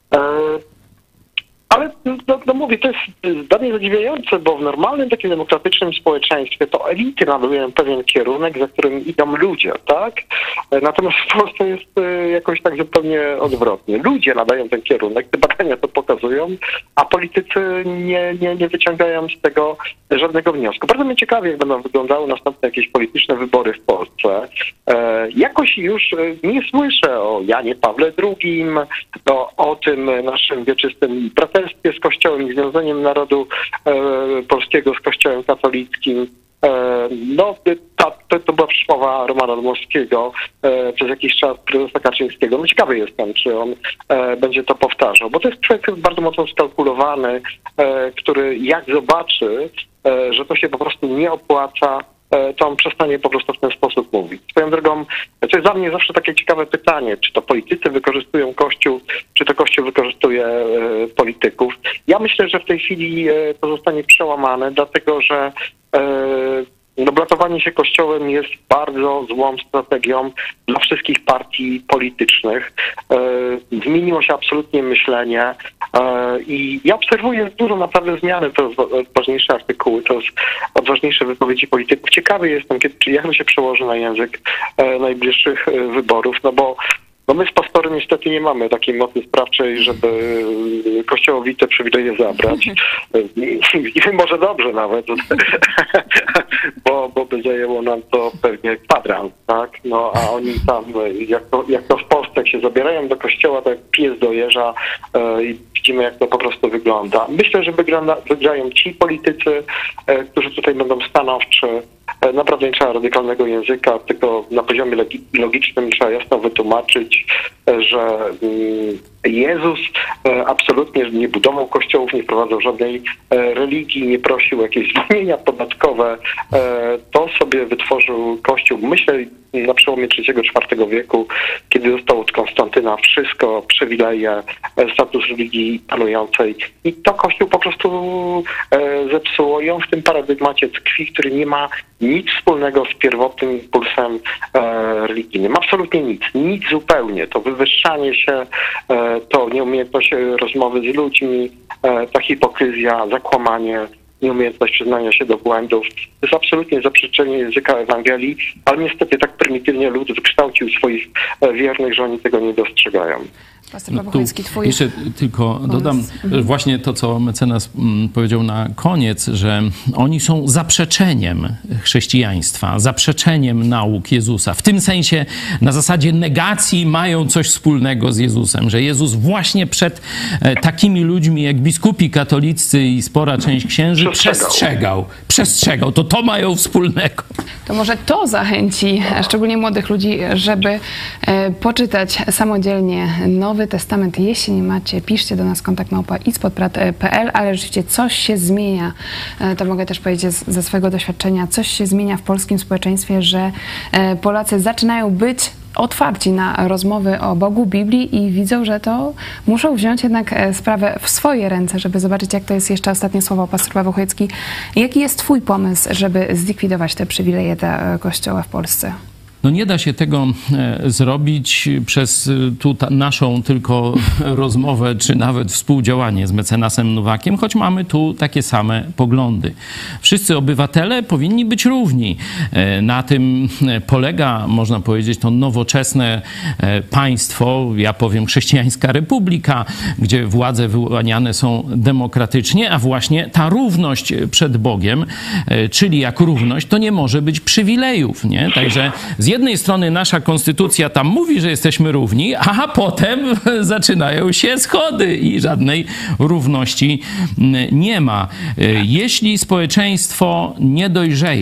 [SPEAKER 3] Ale no, no mówię, to jest dla mnie zadziwiające, bo w normalnym takim demokratycznym społeczeństwie to elity nadają pewien kierunek, za którym idą ludzie, tak? Natomiast w Polsce jest jakoś tak zupełnie odwrotnie. Ludzie nadają ten kierunek, te badania to pokazują, a politycy nie, nie, nie wyciągają z tego żadnego wniosku. Bardzo mnie ciekawi, jak będą wyglądały następne jakieś polityczne wybory w Polsce. E, jakoś już nie słyszę o Janie Pawle drugim, o, o tym naszym wieczystym braterstwie z Kościołem i związaniem narodu e, polskiego z Kościołem katolickim. E, no, ta, to, to była przemowa Romana Dmowskiego e, przez jakiś czas prezesa Kaczyńskiego. No ciekawy jestem, czy on e, będzie to powtarzał, bo to jest człowiek bardzo mocno skalkulowany, e, który jak zobaczy, e, że to się po prostu nie opłaca, to on przestanie po prostu w ten sposób mówić. Swoją drogą, to jest dla mnie zawsze takie ciekawe pytanie, czy to politycy wykorzystują Kościół, czy to Kościół wykorzystuje e, polityków. Ja myślę, że w tej chwili e, to zostanie przełamane, dlatego że e, no, blatowanie się Kościołem jest bardzo złą strategią dla wszystkich partii politycznych. E, zmieniło się absolutnie myślenie e, i ja obserwuję dużo naprawdę zmiany, to jest ważniejsze artykuły, to jest odważniejsze wypowiedzi polityków. Ciekawy jestem, kiedy, czy jak to się przełoży na język e, najbliższych e, wyborów, no bo no my z pastorem niestety nie mamy takiej mocy sprawczej, żeby Kościołowi te przywileje zabrać. I może dobrze nawet, bo, bo by zajęło nam to pewnie kwadrans, tak? No a oni tam, jak to, jak to w Polsce, jak się zabierają do Kościoła, to jak pies do jeża e, i widzimy, jak to po prostu wygląda. Myślę, że wygląda, wygrają ci politycy, e, którzy tutaj będą stanowczy. Naprawdę nie trzeba radykalnego języka, tylko na poziomie logicznym trzeba jasno wytłumaczyć, że Jezus absolutnie nie budował kościołów, nie wprowadzał żadnej religii, nie prosił o jakieś zwolnienia podatkowe. To sobie wytworzył Kościół, myślę, na przełomie trzeciego czwartego wieku, kiedy dostał od Konstantyna wszystko, przywileje, status religii panującej. I to Kościół po prostu zepsuło i on w tym paradygmacie tkwi, który nie ma nic wspólnego z pierwotnym impulsem e, religijnym. Absolutnie nic. Nic zupełnie. To wywyższanie się, e, to nieumiejętność rozmowy z ludźmi, e, ta hipokryzja, zakłamanie, nieumiejętność przyznania się do błędów. To jest absolutnie zaprzeczenie języka Ewangelii, ale niestety tak prymitywnie lud wykształcił swoich wiernych, że oni tego nie dostrzegają.
[SPEAKER 1] Pastor Paweł Chojecki, twój
[SPEAKER 2] jeszcze tylko dodam mhm. właśnie to, co mecenas powiedział na koniec, że oni są zaprzeczeniem chrześcijaństwa, zaprzeczeniem nauk Jezusa. W tym sensie na zasadzie negacji mają coś wspólnego z Jezusem, że Jezus właśnie przed takimi ludźmi jak biskupi katolicy i spora część księży przestrzegał. przestrzegał. Przestrzegał. To to mają wspólnego.
[SPEAKER 1] To może to zachęci szczególnie młodych ludzi, żeby poczytać samodzielnie Nowy Testament. Jeśli nie macie, piszcie do nas kontakt małpa ispodprat kropka p l, ale rzeczywiście coś się zmienia. To mogę też powiedzieć ze swojego doświadczenia. Coś się zmienia w polskim społeczeństwie, że Polacy zaczynają być otwarci na rozmowy o Bogu, Biblii i widzą, że to muszą wziąć jednak sprawę w swoje ręce, żeby zobaczyć, jak to jest. Jeszcze ostatnie słowo, pastor Paweł Chojecki. Jaki jest twój pomysł, żeby zlikwidować te przywileje dla Kościoła w Polsce?
[SPEAKER 2] No nie da się tego zrobić przez tu ta, naszą tylko rozmowę, czy nawet współdziałanie z mecenasem Nowakiem, choć mamy tu takie same poglądy. Wszyscy obywatele powinni być równi. Na tym polega, można powiedzieć, to nowoczesne państwo, ja powiem chrześcijańska republika, gdzie władze wyłaniane są demokratycznie, a właśnie ta równość przed Bogiem, czyli jak równość, to nie może być przywilejów, nie? Także z jednej strony nasza konstytucja tam mówi, że jesteśmy równi, a potem zaczynają się schody i żadnej równości nie ma. Jeśli społeczeństwo nie dojrzeje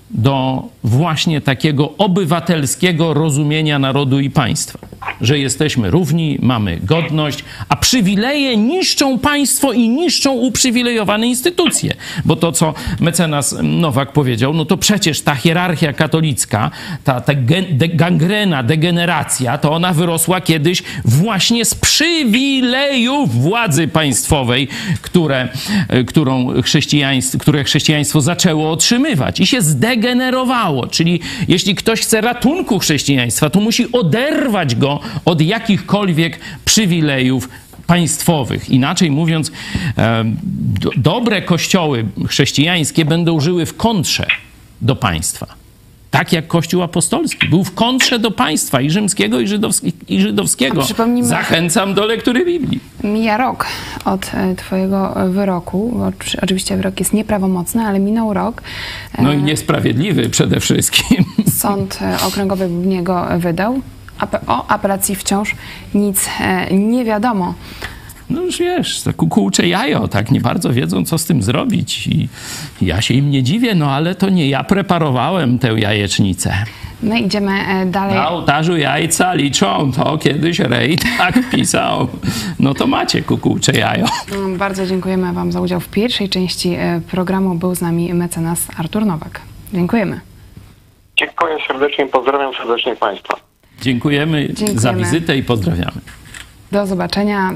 [SPEAKER 2] do właśnie takiego obywatelskiego rozumienia narodu i państwa. Że jesteśmy równi, mamy godność, a przywileje niszczą państwo i niszczą uprzywilejowane instytucje. Bo to, co mecenas Nowak powiedział, no to przecież ta hierarchia katolicka, ta, ta de, gangrena, degeneracja, to ona wyrosła kiedyś właśnie z przywilejów władzy państwowej, które, którą chrześcijaństwo, które chrześcijaństwo zaczęło otrzymywać i się zdegenerowało. Czyli jeśli ktoś chce ratunku chrześcijaństwa, to musi oderwać go od jakichkolwiek przywilejów państwowych. Inaczej mówiąc, e, do, dobre kościoły chrześcijańskie będą żyły w kontrze do państwa. Tak jak Kościół apostolski. Był w kontrze do państwa i rzymskiego, i, żydowski, i żydowskiego. Zachęcam do lektury Biblii.
[SPEAKER 1] Mija rok od twojego wyroku. Oczywiście wyrok jest nieprawomocny, ale minął rok.
[SPEAKER 2] No i niesprawiedliwy przede wszystkim.
[SPEAKER 1] Sąd okręgowy niego wydał. O apelacji wciąż nic nie wiadomo.
[SPEAKER 2] No już wiesz, to kukułcze jajo, tak nie bardzo wiedzą, co z tym zrobić. I ja się im nie dziwię, no ale to nie ja preparowałem tę jajecznicę.
[SPEAKER 1] My idziemy dalej.
[SPEAKER 2] Na ołtarzu jajca liczą, to kiedyś Rej tak pisał. No to macie kukułcze jajo.
[SPEAKER 1] Bardzo dziękujemy wam za udział w pierwszej części programu. Był z nami mecenas Artur Nowak. Dziękujemy.
[SPEAKER 3] Dziękuję serdecznie, pozdrawiam serdecznie państwa.
[SPEAKER 2] Dziękujemy, Dziękujemy za wizytę i pozdrawiamy.
[SPEAKER 1] Do zobaczenia.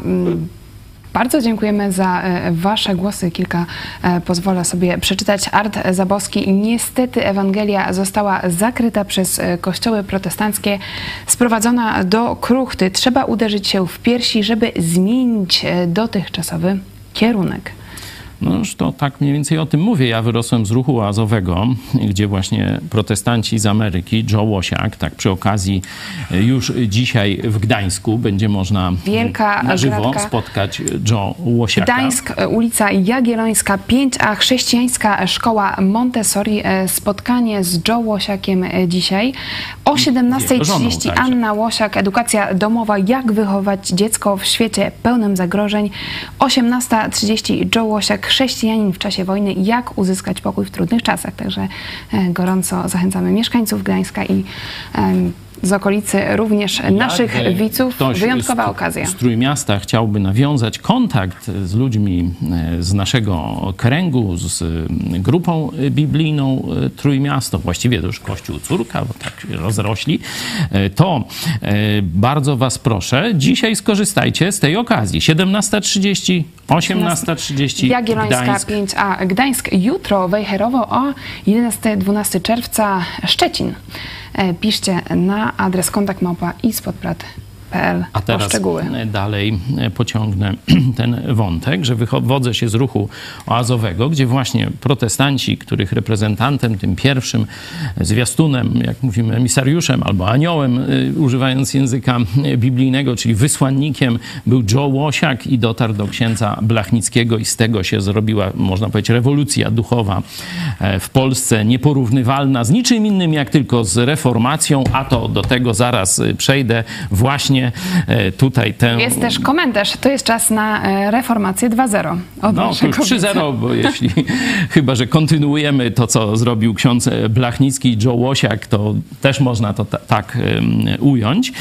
[SPEAKER 1] Bardzo dziękujemy za wasze głosy. Kilka pozwolę sobie przeczytać. Art Zabowski. Niestety Ewangelia została zakryta przez kościoły protestanckie, sprowadzona do kruchty. Trzeba uderzyć się w piersi, żeby zmienić dotychczasowy kierunek.
[SPEAKER 2] No już to tak mniej więcej o tym mówię. Ja wyrosłem z ruchu oazowego, gdzie właśnie protestanci z Ameryki, Joe Łosiak, tak przy okazji już dzisiaj w Gdańsku będzie można
[SPEAKER 1] Wielka
[SPEAKER 2] na żywo
[SPEAKER 1] gratka.
[SPEAKER 2] spotkać Joe Łosiaka.
[SPEAKER 1] Gdańsk, ulica Jagiellońska pięć a, chrześcijańska szkoła Montessori. Spotkanie z Joe Łosiakiem dzisiaj. O siedemnastej trzydzieści Anna Łosiak, edukacja domowa, jak wychować dziecko w świecie pełnym zagrożeń. osiemnasta trzydzieści Joe Łosiak, chrześcijanin w czasie wojny, jak uzyskać pokój w trudnych czasach. Także gorąco zachęcamy mieszkańców Gdańska i um, z okolicy również jak naszych widzów. Wyjątkowa
[SPEAKER 2] z,
[SPEAKER 1] okazja.
[SPEAKER 2] Z Trójmiasta chciałby nawiązać kontakt z ludźmi z naszego kręgu, z grupą biblijną Trójmiasto, właściwie to już Kościół Córka, bo tak się rozrośli, to bardzo was proszę, dzisiaj skorzystajcie z tej okazji. siedemnasta trzydzieści, osiemnasta trzydzieści
[SPEAKER 1] Jagiellońska
[SPEAKER 2] Gdańsk.
[SPEAKER 1] pięć a Gdańsk. Jutro Wejherowo o jedenastego do dwunastego czerwca Szczecin. Piszcie na adres kontakt małpa i spotprat kropka p l.
[SPEAKER 2] A teraz
[SPEAKER 1] szczegóły.
[SPEAKER 2] dalej pociągnę ten wątek, że wywodzę się z ruchu oazowego, gdzie właśnie protestanci, których reprezentantem, tym pierwszym zwiastunem, jak mówimy, emisariuszem albo aniołem, używając języka biblijnego, czyli wysłannikiem, był Joe Łosiak i dotarł do księdza Blachnickiego i z tego się zrobiła, można powiedzieć, rewolucja duchowa w Polsce, nieporównywalna z niczym innym, jak tylko z reformacją, a to do tego zaraz przejdę właśnie tutaj tę...
[SPEAKER 1] Jest też komentarz. To jest czas na reformację dwa zero.
[SPEAKER 2] No, trzy zero, bo jeśli chyba, że kontynuujemy to, co zrobił ksiądz Blachnicki i Joe Łosiak, to też można to ta, tak um, ująć.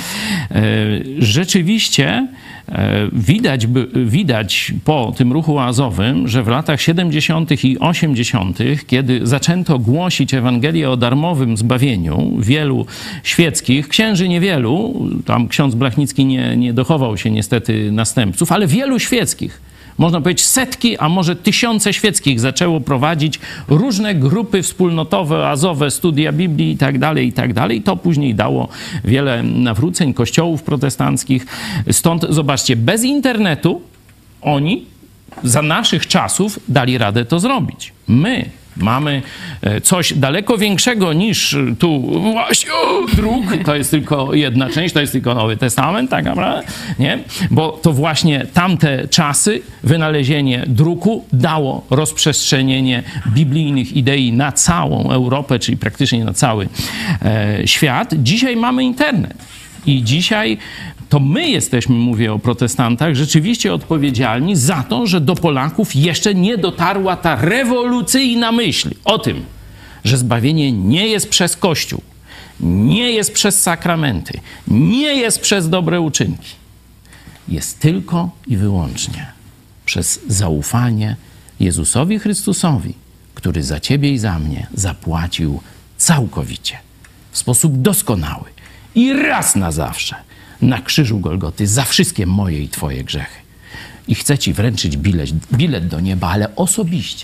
[SPEAKER 2] Rzeczywiście widać, widać po tym ruchu oazowym, że w latach siedemdziesiątych i osiemdziesiątych, kiedy zaczęto głosić Ewangelię o darmowym zbawieniu, wielu świeckich, księży niewielu, tam ksiądz Blachnicki nie, nie dochował się niestety następców, ale wielu świeckich, można powiedzieć setki, a może tysiące świeckich zaczęło prowadzić różne grupy wspólnotowe, oazowe, studia Biblii i tak dalej, i tak dalej. To później dało wiele nawróceń kościołów protestanckich. Stąd zobaczcie, bez internetu oni za naszych czasów dali radę to zrobić. My mamy coś daleko większego niż tu właśnie o, druk, to jest tylko jedna część, to jest tylko Nowy Testament, tak naprawdę, nie? Bo to właśnie tamte czasy, wynalezienie druku dało rozprzestrzenienie biblijnych idei na całą Europę, czyli praktycznie na cały e, świat. Dzisiaj mamy internet i dzisiaj to my jesteśmy, mówię o protestantach, rzeczywiście odpowiedzialni za to, że do Polaków jeszcze nie dotarła ta rewolucyjna myśl o tym, że zbawienie nie jest przez Kościół, nie jest przez sakramenty, nie jest przez dobre uczynki. Jest tylko i wyłącznie przez zaufanie Jezusowi Chrystusowi, który za ciebie i za mnie zapłacił całkowicie, w sposób doskonały i raz na zawsze na krzyżu Golgoty za wszystkie moje i twoje grzechy. I chce ci wręczyć bilet, bilet do nieba, ale osobiście.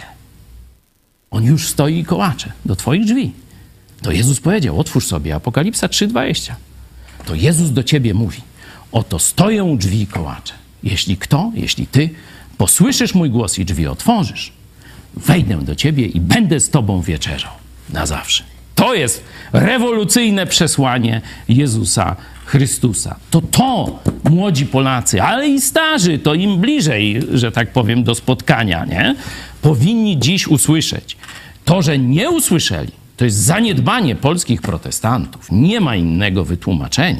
[SPEAKER 2] On już stoi i kołacze do twoich drzwi. To Jezus powiedział, otwórz sobie, Apokalipsa trzy dwadzieścia. To Jezus do ciebie mówi, oto stoję u drzwi i kołaczę. Jeśli kto, jeśli ty posłyszysz mój głos i drzwi otworzysz, wejdę do ciebie i będę z tobą wieczerzał na zawsze. To jest rewolucyjne przesłanie Jezusa Chrystusa. To to, młodzi Polacy, ale i starzy, to im bliżej, że tak powiem, do spotkania, nie? Powinni dziś usłyszeć. To, że nie usłyszeli, to jest zaniedbanie polskich protestantów. Nie ma innego wytłumaczenia.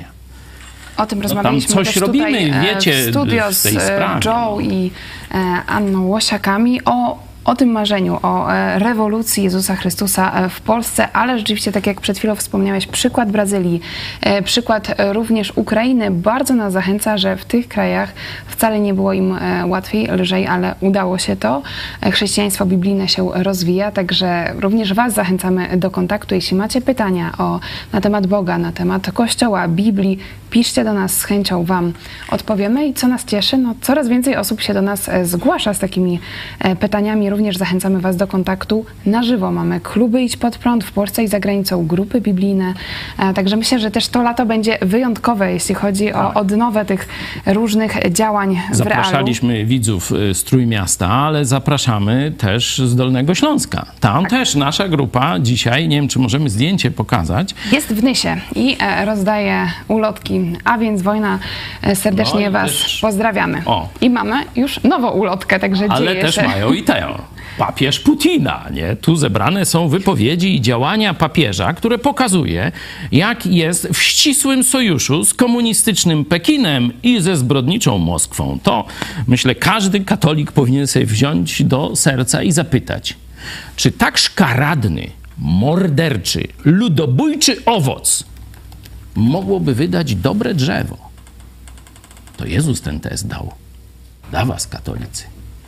[SPEAKER 1] O tym
[SPEAKER 2] No
[SPEAKER 1] rozmawialiśmy
[SPEAKER 2] tam coś
[SPEAKER 1] też
[SPEAKER 2] robimy,
[SPEAKER 1] tutaj
[SPEAKER 2] wiecie,
[SPEAKER 1] w studio
[SPEAKER 2] w tej
[SPEAKER 1] z
[SPEAKER 2] sprawie,
[SPEAKER 1] Joe
[SPEAKER 2] no.
[SPEAKER 1] i Anną Łosiakami o o tym marzeniu, o rewolucji Jezusa Chrystusa w Polsce, ale rzeczywiście, tak jak przed chwilą wspomniałeś, przykład Brazylii, przykład również Ukrainy bardzo nas zachęca, że w tych krajach wcale nie było im łatwiej, lżej, ale udało się to. Chrześcijaństwo biblijne się rozwija, także również was zachęcamy do kontaktu. Jeśli macie pytania o, na temat Boga, na temat Kościoła, Biblii, piszcie do nas, z chęcią wam odpowiemy i co nas cieszy, no coraz więcej osób się do nas zgłasza z takimi pytaniami. Również zachęcamy was do kontaktu na żywo. Mamy kluby Idź Pod Prąd w Polsce i za granicą, grupy biblijne. Także myślę, że też to lato będzie wyjątkowe, jeśli chodzi o odnowę tych różnych działań w realu.
[SPEAKER 2] Zapraszaliśmy widzów z Trójmiasta, ale zapraszamy też z Dolnego Śląska. Tam tak. też nasza grupa dzisiaj, nie wiem, czy możemy zdjęcie pokazać.
[SPEAKER 1] Jest w Nysie i rozdaje ulotki, a więc Wojna, serdecznie no was też... pozdrawiamy. O. I mamy już nową ulotkę, także
[SPEAKER 2] ale
[SPEAKER 1] dzieje
[SPEAKER 2] też
[SPEAKER 1] się.
[SPEAKER 2] mają i tę. Papież Putina, nie? Tu zebrane są wypowiedzi i działania papieża, które pokazuje, jak jest w ścisłym sojuszu z komunistycznym Pekinem i ze zbrodniczą Moskwą. To, myślę, każdy katolik powinien sobie wziąć do serca i zapytać, czy tak szkaradny, morderczy, ludobójczy owoc mogłoby wydać dobre drzewo? To Jezus ten test dał. Dla was, katolicy.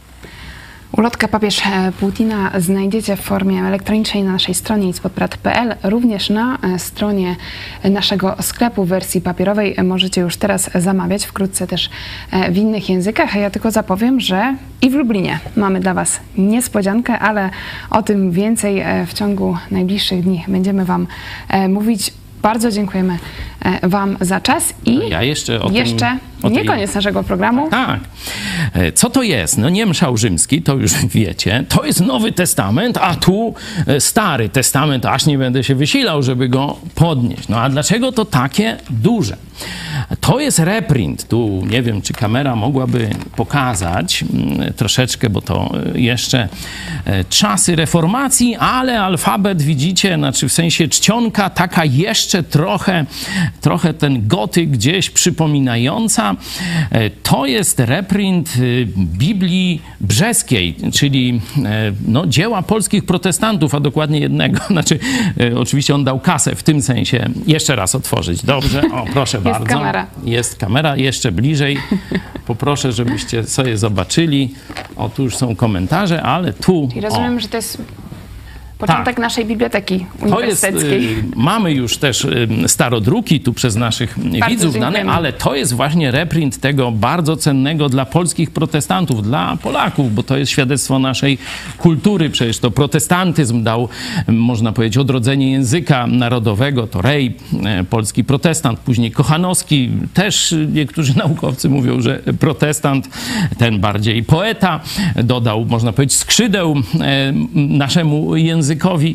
[SPEAKER 1] Ulotkę papież Putina znajdziecie w formie elektronicznej na naszej stronie idzpodprad kropka p l. Również na stronie naszego sklepu w wersji papierowej możecie już teraz zamawiać, wkrótce też w innych językach. A ja tylko zapowiem, że i w Lublinie mamy dla was niespodziankę, ale o tym więcej w ciągu najbliższych dni będziemy wam mówić. Bardzo dziękujemy wam za czas i
[SPEAKER 2] ja jeszcze, o
[SPEAKER 1] jeszcze
[SPEAKER 2] tym, o
[SPEAKER 1] nie
[SPEAKER 2] tej...
[SPEAKER 1] koniec naszego programu.
[SPEAKER 2] Tak. Co to jest? No nie mszał rzymski, to już wiecie. To jest Nowy Testament, a tu Stary Testament, aż nie będę się wysilał, żeby go podnieść. No a dlaczego to takie duże? To jest reprint. Tu nie wiem, czy kamera mogłaby pokazać troszeczkę, bo to jeszcze czasy reformacji, ale alfabet widzicie, znaczy w sensie czcionka taka jeszcze trochę, trochę ten gotyk gdzieś przypominająca. To jest reprint Biblii Brzeskiej, czyli no, dzieła polskich protestantów, a dokładnie jednego. Znaczy, oczywiście on dał kasę w tym sensie. Jeszcze raz otworzyć. Dobrze? O, proszę
[SPEAKER 1] jest
[SPEAKER 2] bardzo.
[SPEAKER 1] Kamera.
[SPEAKER 2] Jest kamera. Jeszcze bliżej. Poproszę, żebyście sobie zobaczyli. O, tu już są komentarze, ale tu...
[SPEAKER 1] I rozumiem,
[SPEAKER 2] o.
[SPEAKER 1] że to jest początek tak. naszej biblioteki uniwersyteckiej.
[SPEAKER 2] To jest, y, mamy już też y, starodruki tu przez naszych
[SPEAKER 1] Bardzo
[SPEAKER 2] widzów dane,
[SPEAKER 1] dziękujemy.
[SPEAKER 2] ale to jest właśnie reprint tego bardzo cennego dla polskich protestantów, dla Polaków, bo to jest świadectwo naszej kultury. Przecież to protestantyzm dał, można powiedzieć, odrodzenie języka narodowego. To Rej, y, polski protestant, później Kochanowski. Też niektórzy naukowcy mówią, że protestant, ten bardziej poeta, dodał, można powiedzieć, skrzydeł y, naszemu językowi.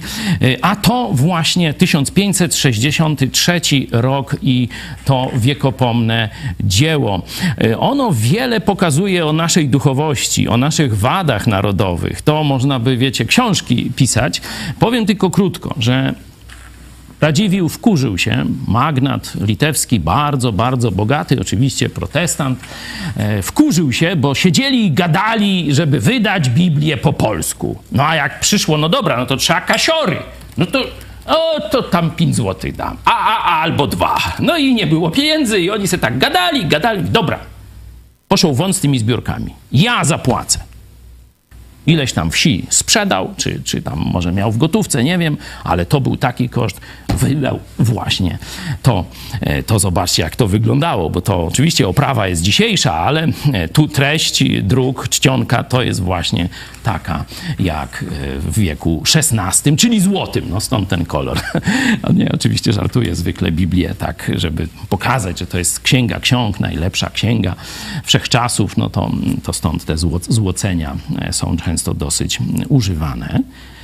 [SPEAKER 2] A to właśnie tysiąc pięćset sześćdziesiąty trzeci rok i to wiekopomne dzieło. Ono wiele pokazuje o naszej duchowości, o naszych wadach narodowych. To można by, wiecie, książki pisać. Powiem tylko krótko, że Radziwiłł wkurzył się, magnat litewski, bardzo, bardzo bogaty, oczywiście protestant, e, wkurzył się, bo siedzieli i gadali, żeby wydać Biblię po polsku. No a jak przyszło, no dobra, no to trzeba kasiory. No to, o, to tam pięć złotych dam, a, a, a, albo dwa. No i nie było pieniędzy i oni sobie tak gadali, gadali. Dobra, poszł won z tymi zbiórkami. Ja zapłacę. Ileś tam wsi sprzedał, czy, czy tam może miał w gotówce, nie wiem, ale to był taki koszt, wydał właśnie to. To zobaczcie, jak to wyglądało, bo to oczywiście oprawa jest dzisiejsza, ale tu treść, druk, czcionka to jest właśnie taka jak w wieku szesnastym, czyli złotym, no stąd ten kolor. On nie, oczywiście żartuję zwykle Biblię tak, żeby pokazać, że to jest księga ksiąg, najlepsza księga wszechczasów, no to, to stąd te zło, złocenia są często dosyć używane.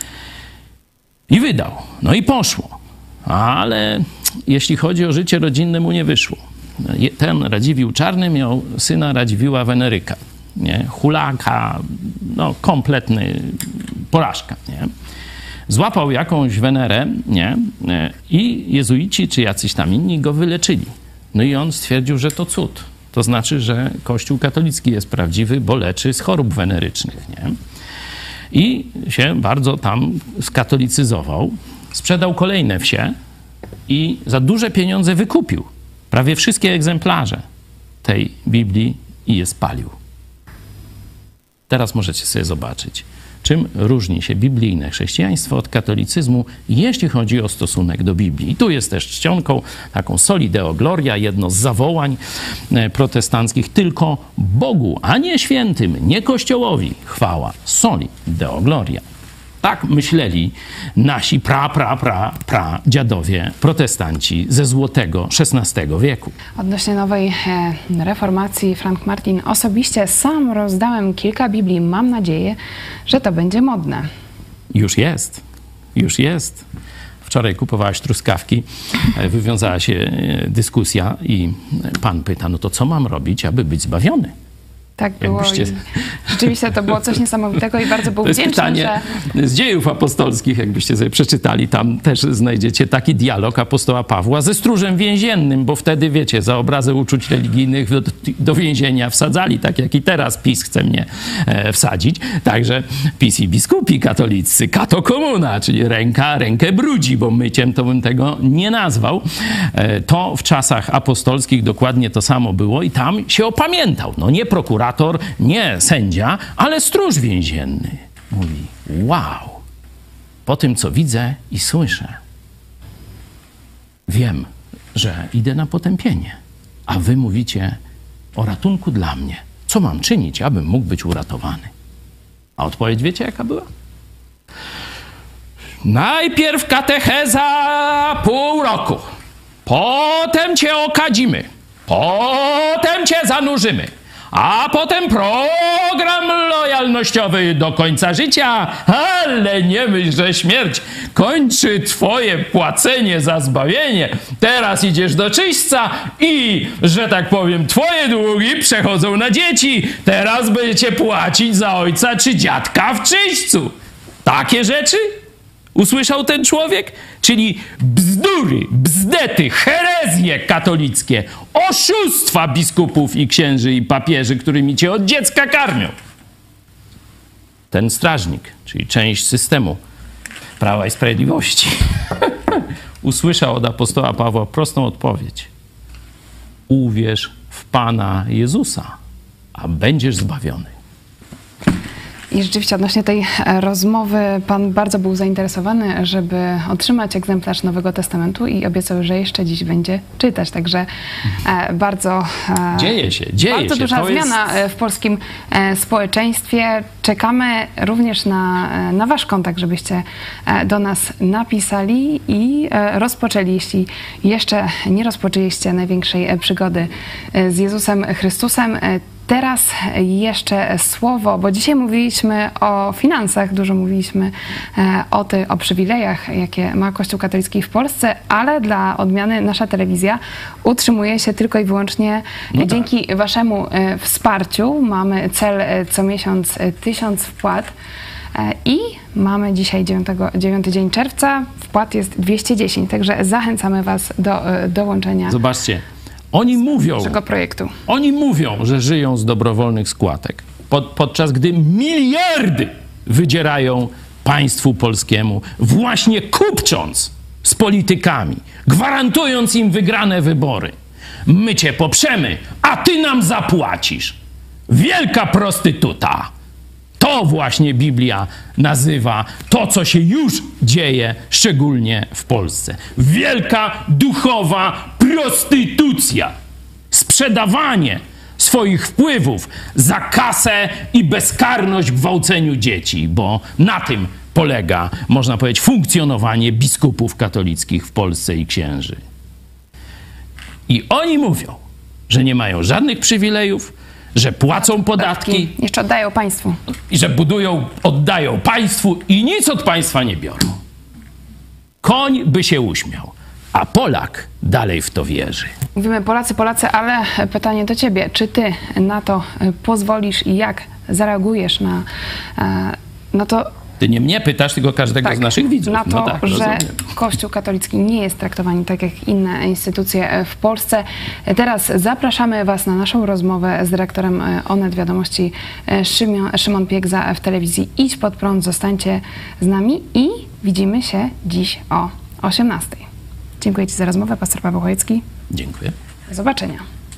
[SPEAKER 2] I wydał. No i poszło. Ale jeśli chodzi o życie rodzinne, mu nie wyszło. Ten Radziwiłł Czarny miał syna Radziwiłła Weneryka. Nie? Hulaka, no kompletny porażka. Nie? Złapał jakąś Wenerę, nie? I jezuici czy jacyś tam inni go wyleczyli. No i on stwierdził, że to cud. To znaczy, że Kościół katolicki jest prawdziwy, bo leczy z chorób wenerycznych. Nie? I się bardzo tam skatolicyzował. Sprzedał kolejne wsie i za duże pieniądze wykupił prawie wszystkie egzemplarze tej Biblii i je spalił. Teraz możecie sobie zobaczyć, czym różni się biblijne chrześcijaństwo od katolicyzmu, jeśli chodzi o stosunek do Biblii. I tu jest też czcionką taką soli Deo Gloria, jedno z zawołań protestanckich, tylko Bogu, a nie świętym, nie Kościołowi chwała, soli Deo Gloria. Tak myśleli nasi pra, pra, pra, pra dziadowie protestanci ze złotego szesnastego wieku.
[SPEAKER 1] Odnośnie nowej e, reformacji, Frank Martin, osobiście sam rozdałem kilka Biblii. Mam nadzieję, że to będzie modne.
[SPEAKER 2] Już jest, już jest. Wczoraj kupowałaś truskawki, wywiązała się dyskusja i pan pyta, no to co mam robić, aby być zbawiony?
[SPEAKER 1] Tak było.
[SPEAKER 2] Jakbyście...
[SPEAKER 1] Rzeczywiście to było coś niesamowitego i bardzo był
[SPEAKER 2] to jest
[SPEAKER 1] wdzięczny,
[SPEAKER 2] pytanie
[SPEAKER 1] że...
[SPEAKER 2] z dziejów apostolskich, jakbyście sobie przeczytali, tam też znajdziecie taki dialog apostoła Pawła ze stróżem więziennym, bo wtedy, wiecie, za obrazę uczuć religijnych do, do więzienia wsadzali, tak jak i teraz PiS chce mnie e, wsadzić. Także PiS i biskupi katolicy, kato komuna, czyli ręka rękę brudzi, bo myciem to bym tego nie nazwał. E, to w czasach apostolskich dokładnie to samo było i tam się opamiętał. No nie prokurator, nie sędzia, ale stróż więzienny. Mówi, wow, po tym, co widzę i słyszę, wiem, że idę na potępienie, a wy mówicie o ratunku dla mnie. Co mam czynić, abym mógł być uratowany? A odpowiedź wiecie, jaka była? Najpierw katecheza pół roku, potem cię okadzimy, potem cię zanurzymy, a potem program lojalnościowy do końca życia, ale nie myśl, że śmierć kończy twoje płacenie za zbawienie. Teraz idziesz do czyśćca i, że tak powiem, twoje długi przechodzą na dzieci. Teraz będziecie płacić za ojca czy dziadka w czyśćcu. Takie rzeczy usłyszał ten człowiek? Czyli bzdury, bzdety, herezje katolickie, oszustwa biskupów i księży i papieży, którymi cię od dziecka karmią. Ten strażnik, czyli część systemu Prawa i Sprawiedliwości, usłyszał od apostoła Pawła prostą odpowiedź. Uwierz w Pana Jezusa, a będziesz zbawiony.
[SPEAKER 1] I rzeczywiście odnośnie tej rozmowy pan bardzo był zainteresowany, żeby otrzymać egzemplarz Nowego Testamentu i obiecał, że jeszcze dziś będzie czytać. Także e, bardzo... E,
[SPEAKER 2] dzieje się, dzieje
[SPEAKER 1] bardzo
[SPEAKER 2] się.
[SPEAKER 1] duża
[SPEAKER 2] to
[SPEAKER 1] zmiana
[SPEAKER 2] jest...
[SPEAKER 1] w polskim e, społeczeństwie. Czekamy również na, na wasz kontakt, żebyście e, do nas napisali i e, rozpoczęli, jeśli jeszcze nie rozpoczęliście największej e, przygody e, z Jezusem Chrystusem. E, Teraz jeszcze słowo, bo dzisiaj mówiliśmy o finansach, dużo mówiliśmy o, ty, o przywilejach, jakie ma Kościół katolicki w Polsce, ale dla odmiany nasza telewizja utrzymuje się tylko i wyłącznie no dzięki tak. waszemu wsparciu. Mamy cel co miesiąc tysiąc wpłat. I mamy dzisiaj dziewiąty dzień czerwca, wpłat jest dwieście dziesięć, także zachęcamy Was do dołączenia.
[SPEAKER 2] Zobaczcie, oni mówią,
[SPEAKER 1] naszego projektu.
[SPEAKER 2] Oni mówią, że żyją z dobrowolnych składek, pod, podczas gdy miliardy wydzierają państwu polskiemu, właśnie kupcząc z politykami, gwarantując im wygrane wybory. My cię poprzemy, a ty nam zapłacisz. Wielka prostytuta. To właśnie Biblia nazywa to, co się już dzieje, szczególnie w Polsce. Wielka duchowa prostytucja. Sprzedawanie swoich wpływów za kasę i bezkarność w gwałceniu dzieci, bo na tym polega, można powiedzieć, funkcjonowanie biskupów katolickich w Polsce i księży. I oni mówią, że nie mają żadnych przywilejów, że płacą podatki.
[SPEAKER 1] Jeszcze oddają państwu.
[SPEAKER 2] I że budują, oddają państwu i nic od państwa nie biorą. Koń by się uśmiał, a Polak dalej w to wierzy.
[SPEAKER 1] Mówimy Polacy, Polacy, ale pytanie do ciebie. Czy ty na to pozwolisz i jak zareagujesz na, na to...
[SPEAKER 2] Ty nie mnie pytasz, tylko każdego
[SPEAKER 1] tak,
[SPEAKER 2] z naszych widzów.
[SPEAKER 1] Na to,
[SPEAKER 2] no tak,
[SPEAKER 1] że
[SPEAKER 2] rozumiem.
[SPEAKER 1] Kościół katolicki nie jest traktowany tak jak inne instytucje w Polsce. Teraz zapraszamy Was na naszą rozmowę z dyrektorem Onet Wiadomości Szymon, Szymon Piegza w telewizji Idź Pod Prąd. Zostańcie z nami i widzimy się dziś o osiemnastej. Dziękuję Ci za rozmowę, pastor Paweł Chojecki.
[SPEAKER 2] Dziękuję.
[SPEAKER 1] Do zobaczenia.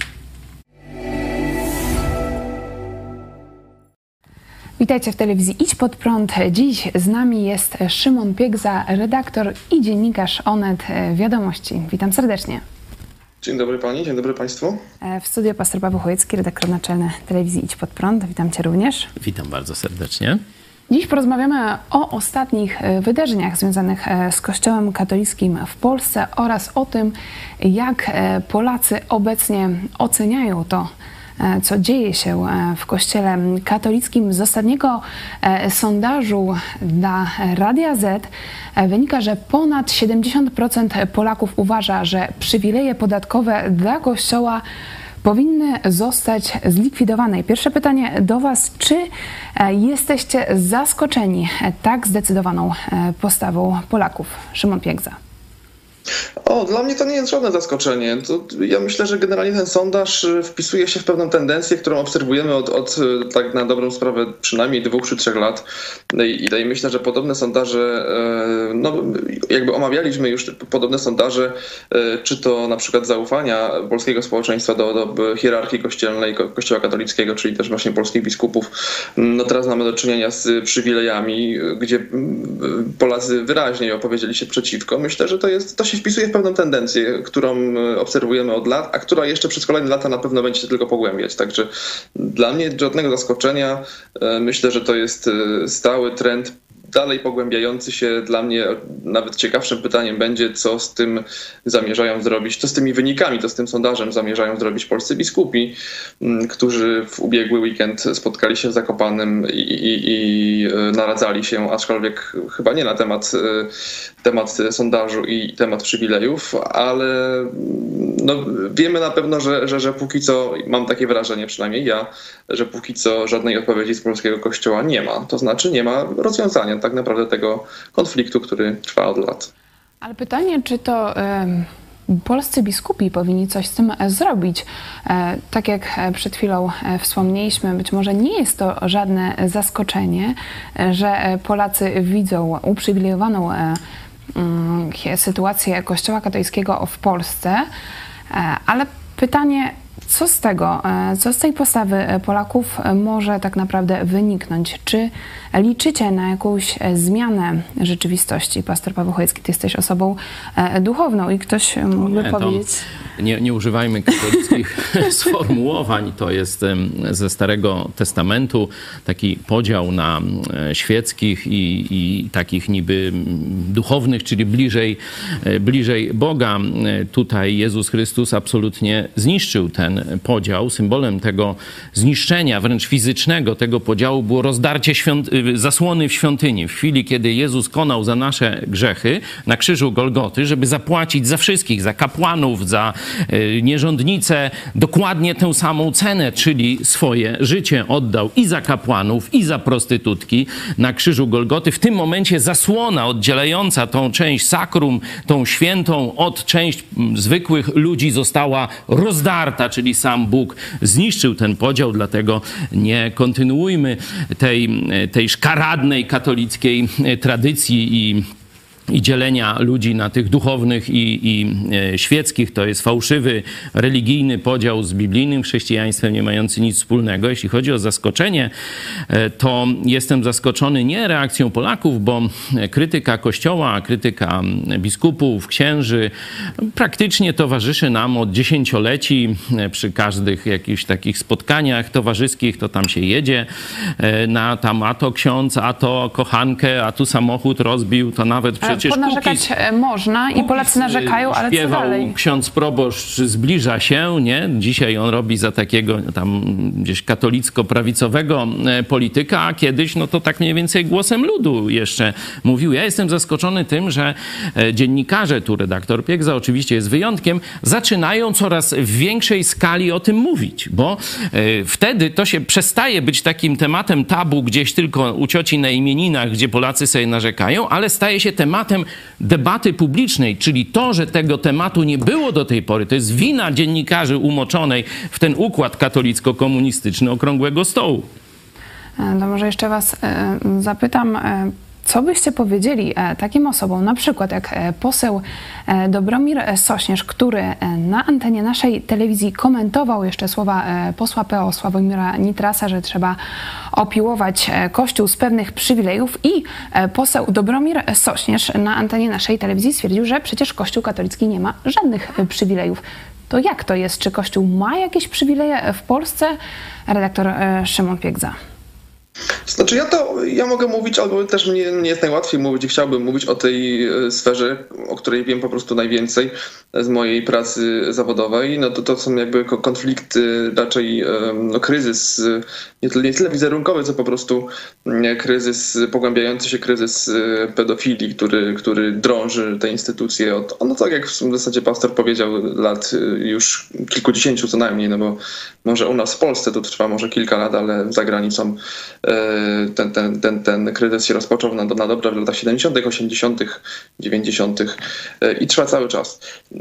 [SPEAKER 1] Witajcie w telewizji Idź Pod Prąd. Dziś z nami jest Szymon Piegza, redaktor i dziennikarz Onet Wiadomości. Witam serdecznie.
[SPEAKER 4] Dzień dobry Pani, dzień dobry Państwu.
[SPEAKER 1] W studio pastor Paweł Chojecki, redaktor naczelny telewizji Idź Pod Prąd. Witam Cię również.
[SPEAKER 2] Witam bardzo serdecznie.
[SPEAKER 1] Dziś porozmawiamy o ostatnich wydarzeniach związanych z Kościołem katolickim w Polsce oraz o tym, jak Polacy obecnie oceniają to, co dzieje się w Kościele katolickim. Z ostatniego sondażu dla Radia Z wynika, że ponad siedemdziesiąt procent Polaków uważa, że przywileje podatkowe dla Kościoła powinny zostać zlikwidowane. Pierwsze pytanie do Was, czy jesteście zaskoczeni tak zdecydowaną postawą Polaków? Szymon Piegza.
[SPEAKER 4] O, dla mnie to nie jest żadne zaskoczenie. To ja myślę, że generalnie ten sondaż wpisuje się w pewną tendencję, którą obserwujemy od, od tak na dobrą sprawę przynajmniej dwóch czy trzech lat. I, i myślę, że podobne sondaże, no jakby omawialiśmy już podobne sondaże, czy to na przykład zaufania polskiego społeczeństwa do, do hierarchii kościelnej Kościoła katolickiego, czyli też właśnie polskich biskupów. No teraz mamy do czynienia z przywilejami, gdzie Polacy wyraźnie opowiedzieli się przeciwko. Myślę, że to jest, to się wpisuje w pewną tendencję, którą obserwujemy od lat, a która jeszcze przez kolejne lata na pewno będzie się tylko pogłębiać. Także dla mnie żadnego zaskoczenia. Myślę, że to jest stały trend, dalej pogłębiający się. Dla mnie nawet ciekawszym pytaniem będzie, co z tym zamierzają zrobić, co z tymi wynikami, co z tym sondażem zamierzają zrobić polscy biskupi, którzy w ubiegły weekend spotkali się w Zakopanem i, i, i naradzali się, aczkolwiek chyba nie na temat, temat sondażu i temat przywilejów, ale no, wiemy na pewno, że, że, że póki co, mam takie wrażenie, przynajmniej ja, że póki co żadnej odpowiedzi z polskiego kościoła nie ma. To znaczy nie ma rozwiązania tak naprawdę tego konfliktu, który trwa od lat.
[SPEAKER 1] Ale pytanie, czy to y, polscy biskupi powinni coś z tym zrobić? Y, tak jak przed chwilą wspomnieliśmy, być może nie jest to żadne zaskoczenie, y, że Polacy widzą uprzywilejowaną y, y, sytuację Kościoła katolickiego w Polsce, y, ale pytanie, co z tego, co z tej postawy Polaków może tak naprawdę wyniknąć? Czy liczycie na jakąś zmianę rzeczywistości? Pastor Paweł Chojecki, ty jesteś osobą duchowną i ktoś mógłby
[SPEAKER 2] nie,
[SPEAKER 1] powiedzieć...
[SPEAKER 2] Nie, nie używajmy katolickich sformułowań. To jest ze Starego Testamentu taki podział na świeckich i, i takich niby duchownych, czyli bliżej, bliżej Boga. Tutaj Jezus Chrystus absolutnie zniszczył ten ten podział. Symbolem tego zniszczenia, wręcz fizycznego tego podziału było rozdarcie świąt- zasłony w świątyni. W chwili, kiedy Jezus konał za nasze grzechy na krzyżu Golgoty, żeby zapłacić za wszystkich, za kapłanów, za y, nierządnicę, dokładnie tę samą cenę, czyli swoje życie oddał i za kapłanów, i za prostytutki na krzyżu Golgoty. W tym momencie zasłona oddzielająca tą część sakrum, tą świętą od części zwykłych ludzi została rozdarta, czyli sam Bóg zniszczył ten podział, dlatego nie kontynuujmy tej, tej szkaradnej katolickiej tradycji i i dzielenia ludzi na tych duchownych i, i e, świeckich. To jest fałszywy, religijny podział z biblijnym chrześcijaństwem, nie mający nic wspólnego. Jeśli chodzi o zaskoczenie, e, to jestem zaskoczony nie reakcją Polaków, bo krytyka Kościoła, krytyka biskupów, księży praktycznie towarzyszy nam od dziesięcioleci. Przy każdych jakichś takich spotkaniach towarzyskich to tam się jedzie e, na tam a to ksiądz, a to kochankę, a tu samochód rozbił, to nawet przecież
[SPEAKER 1] Ponarzekać
[SPEAKER 2] Kukiz,
[SPEAKER 1] można i Polacy narzekają, ale co dalej?
[SPEAKER 2] Ksiądz proboszcz zbliża się, nie? Dzisiaj on robi za takiego tam gdzieś katolicko-prawicowego polityka, a kiedyś no to tak mniej więcej głosem ludu jeszcze mówił. Ja jestem zaskoczony tym, że dziennikarze, tu redaktor Piegza oczywiście jest wyjątkiem, zaczynają coraz w większej skali o tym mówić, bo wtedy to się przestaje być takim tematem tabu gdzieś tylko u cioci na imieninach, gdzie Polacy sobie narzekają, ale staje się tematem debaty publicznej, czyli to, że tego tematu nie było do tej pory, to jest wina dziennikarzy umoczonej w ten układ katolicko-komunistyczny okrągłego stołu.
[SPEAKER 1] No może jeszcze was zapytam, co byście powiedzieli takim osobom, na przykład jak poseł Dobromir Sośnierz, który na antenie naszej telewizji komentował jeszcze słowa posła P O Sławomira Nitrasa, że trzeba opiłować Kościół z pewnych przywilejów, i poseł Dobromir Sośnierz na antenie naszej telewizji stwierdził, że przecież Kościół katolicki nie ma żadnych przywilejów. To jak to jest? Czy Kościół ma jakieś przywileje w Polsce? Redaktor Szymon Piegza.
[SPEAKER 4] Znaczy ja to, ja mogę mówić, albo też mnie nie jest najłatwiej mówić i chciałbym mówić o tej sferze, o której wiem po prostu najwięcej z mojej pracy zawodowej. No to, to są jakby konflikty, raczej no, kryzys, nie tyle, nie tyle wizerunkowy, co po prostu kryzys, pogłębiający się kryzys pedofilii, który, który drąży te instytucje od, no tak jak w zasadzie pastor powiedział, lat już kilkudziesięciu co najmniej, no bo może u nas w Polsce to trwa może kilka lat, ale za granicą ten, ten, ten, ten kryzys się rozpoczął na, na dobre w latach siedemdziesiątych, osiemdziesiątych, dziewięćdziesiątych i trwa cały czas.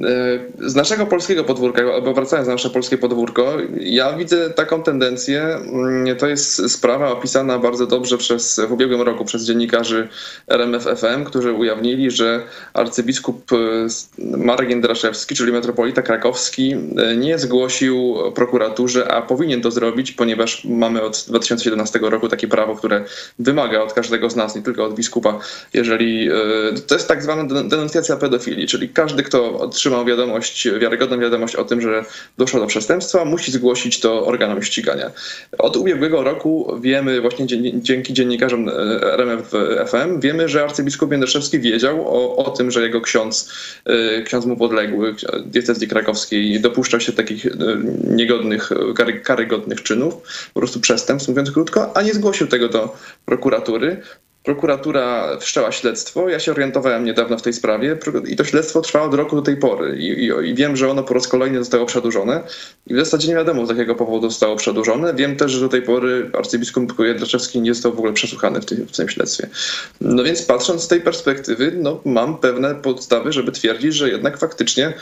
[SPEAKER 4] Z naszego polskiego podwórka, albo wracając na nasze polskie podwórko, ja widzę taką tendencję, to jest sprawa opisana bardzo dobrze przez, w ubiegłym roku przez dziennikarzy R M F F M, którzy ujawnili, że arcybiskup Marek Jędraszewski, czyli metropolita krakowski, nie zgłosił prokuraturze, a powinien to zrobić, ponieważ mamy od dwa tysiące siedemnastego roku takie prawo, które wymaga od każdego z nas, nie tylko od biskupa, jeżeli to jest tak zwana denuncjacja pedofilii, czyli każdy, kto otrzymał wiadomość, wiarygodną wiadomość o tym, że doszło do przestępstwa, musi zgłosić to organom ścigania. Od ubiegłego roku wiemy, właśnie dzięki dziennikarzom R M F F M, wiemy, że arcybiskup Jędraszewski wiedział o, o tym, że jego ksiądz, ksiądz mu podległy diecezji krakowskiej dopuszcza się takich niegodnych, kary, karygodnych czynów, po prostu przestępstw, mówiąc krótko, a nie zgłosił tego do prokuratury. Prokuratura wszczęła śledztwo. Ja się orientowałem niedawno w tej sprawie i to śledztwo trwa od roku do tej pory. I, i, i wiem, że ono po raz kolejny zostało przedłużone. I w zasadzie nie wiadomo, z jakiego powodu zostało przedłużone. Wiem też, że do tej pory arcybiskup Jędraszewski nie został w ogóle przesłuchany w, tej, w tym śledztwie. No więc patrząc z tej perspektywy, no, mam pewne podstawy, żeby twierdzić, że jednak faktycznie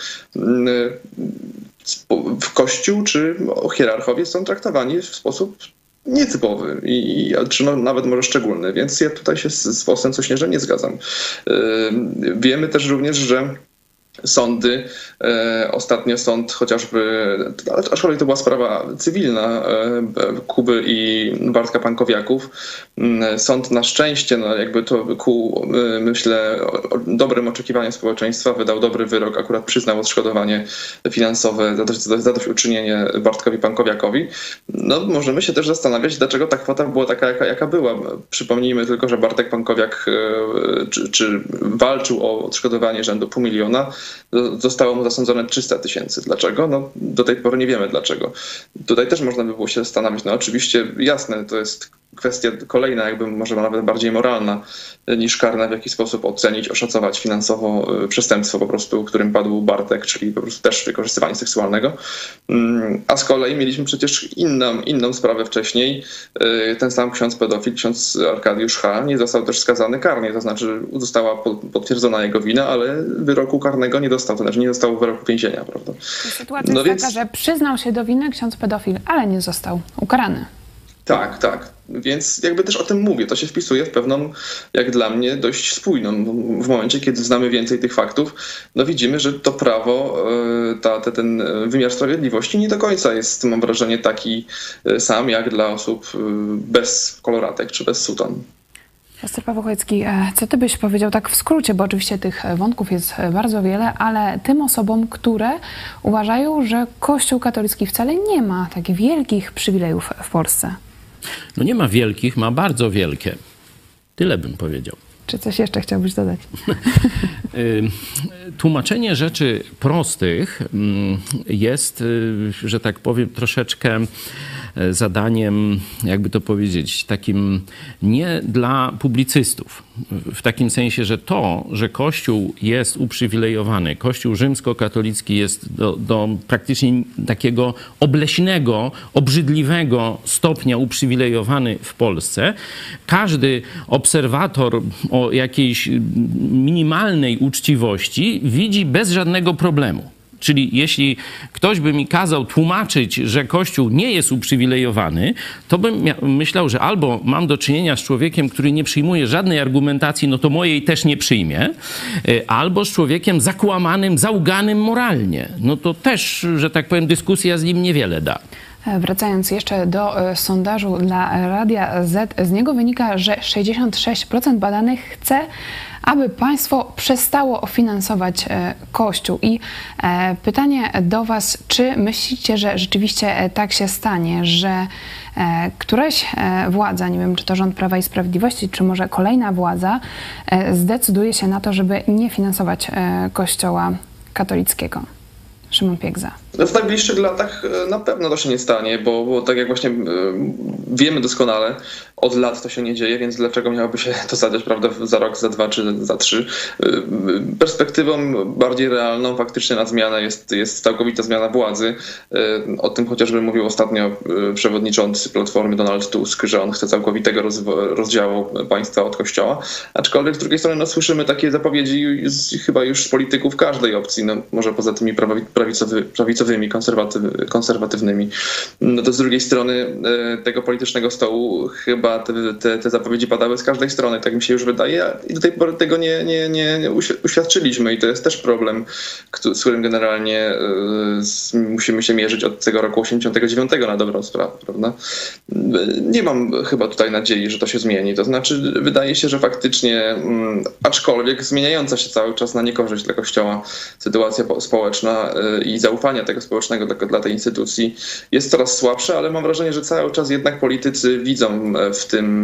[SPEAKER 4] w Kościół czy hierarchowie są traktowani w sposób nietypowy, i, czy no, nawet może szczególny, więc ja tutaj się z, z posłem Sośnierzem nie zgadzam. Yy, wiemy też również, że sądy, e, ostatnio sąd chociażby, aczkolwiek to była sprawa cywilna e, Kuby i Bartka Pankowiaków, sąd na szczęście, no jakby to ku, myślę, o, o dobrym oczekiwaniu społeczeństwa wydał dobry wyrok, akurat przyznał odszkodowanie finansowe, zadośćuczynienie Bartkowi Pankowiakowi. No możemy się też zastanawiać, dlaczego ta kwota była taka, jaka, jaka była. Przypomnijmy tylko, że Bartek Pankowiak e, czy, czy walczył o odszkodowanie rzędu pół miliona, zostało mu zasądzone trzysta tysięcy. Dlaczego? No do tej pory nie wiemy dlaczego. Tutaj też można by było się zastanowić. No oczywiście jasne, to jest kwestia kolejna, jakby może nawet bardziej moralna niż karna, w jaki sposób ocenić, oszacować finansowo przestępstwo po prostu, którym padł Bartek, czyli po prostu też wykorzystywanie seksualnego. A z kolei mieliśmy przecież inną, inną sprawę wcześniej. Ten sam ksiądz pedofil, ksiądz Arkadiusz H. nie został też skazany karnie, to znaczy została potwierdzona jego wina, ale wyroku karnego nie dostał, to znaczy nie dostał wyroku więzienia, prawda?
[SPEAKER 1] Sytuacja no jest więc... taka, że przyznał się do winy ksiądz pedofil, ale nie został ukarany.
[SPEAKER 4] Tak, tak. Więc jakby też o tym mówię. To się wpisuje w pewną, jak dla mnie, dość spójną. W momencie, kiedy znamy więcej tych faktów, no widzimy, że to prawo, ta, ta, ten wymiar sprawiedliwości nie do końca jest, mam wrażenie, taki sam, jak dla osób bez koloratek czy bez sutan.
[SPEAKER 1] Pastor Paweł Chojecki, co ty byś powiedział tak w skrócie, bo oczywiście tych wątków jest bardzo wiele, ale tym osobom, które uważają, że Kościół katolicki wcale nie ma takich wielkich przywilejów w Polsce?
[SPEAKER 2] No nie ma wielkich, ma bardzo wielkie. Tyle bym powiedział.
[SPEAKER 1] Czy coś jeszcze chciałbyś dodać?
[SPEAKER 2] Tłumaczenie rzeczy prostych jest, że tak powiem, troszeczkę zadaniem, jakby to powiedzieć, takim nie dla publicystów. W takim sensie, że to, że Kościół jest uprzywilejowany, Kościół rzymskokatolicki jest do, do praktycznie takiego obleśnego, obrzydliwego stopnia uprzywilejowany w Polsce, każdy obserwator o jakiejś minimalnej uczciwości widzi bez żadnego problemu. Czyli jeśli ktoś by mi kazał tłumaczyć, że Kościół nie jest uprzywilejowany, to bym myślał, że albo mam do czynienia z człowiekiem, który nie przyjmuje żadnej argumentacji, no to mojej też nie przyjmie, albo z człowiekiem zakłamanym, załganym moralnie. No to też, że tak powiem, dyskusja z nim niewiele da.
[SPEAKER 1] Wracając jeszcze do y, sondażu dla Radia Z, z niego wynika, że sześćdziesiąt sześć procent badanych chce, aby państwo przestało finansować e, Kościół. I e, pytanie do was, czy myślicie, że rzeczywiście e, tak się stanie, że e, któraś e, władza, nie wiem, czy to rząd Prawa i Sprawiedliwości, czy może kolejna władza, e, zdecyduje się na to, żeby nie finansować e, Kościoła katolickiego? Szymon Piegza.
[SPEAKER 4] W najbliższych latach na pewno to się nie stanie, bo, bo tak jak właśnie wiemy doskonale, od lat to się nie dzieje, więc dlaczego miałoby się to zadać, prawda, za rok, za dwa czy za trzy? Perspektywą bardziej realną faktycznie na zmianę jest, jest całkowita zmiana władzy. O tym chociażby mówił ostatnio przewodniczący Platformy Donald Tusk, że on chce całkowitego rozdziału państwa od Kościoła. Aczkolwiek z drugiej strony no, słyszymy takie zapowiedzi z, chyba już z polityków każdej opcji, no, może poza tymi prawicowy, prawicowymi, konserwatyw, konserwatywnymi. No to z drugiej strony tego politycznego stołu chyba te, te, te zapowiedzi padały z każdej strony, tak mi się już wydaje, i do tej pory tego nie, nie, nie, nie uświadczyliśmy i to jest też problem, z którym generalnie musimy się mierzyć od tego roku osiemdziesiątego dziewiątego na dobrą sprawę, prawda? Nie mam chyba tutaj nadziei, że to się zmieni, to znaczy wydaje się, że faktycznie, aczkolwiek zmieniająca się cały czas na niekorzyść dla Kościoła sytuacja społeczna i zaufania tego społecznego dla, dla tej instytucji jest coraz słabsze, ale mam wrażenie, że cały czas jednak politycy widzą w tym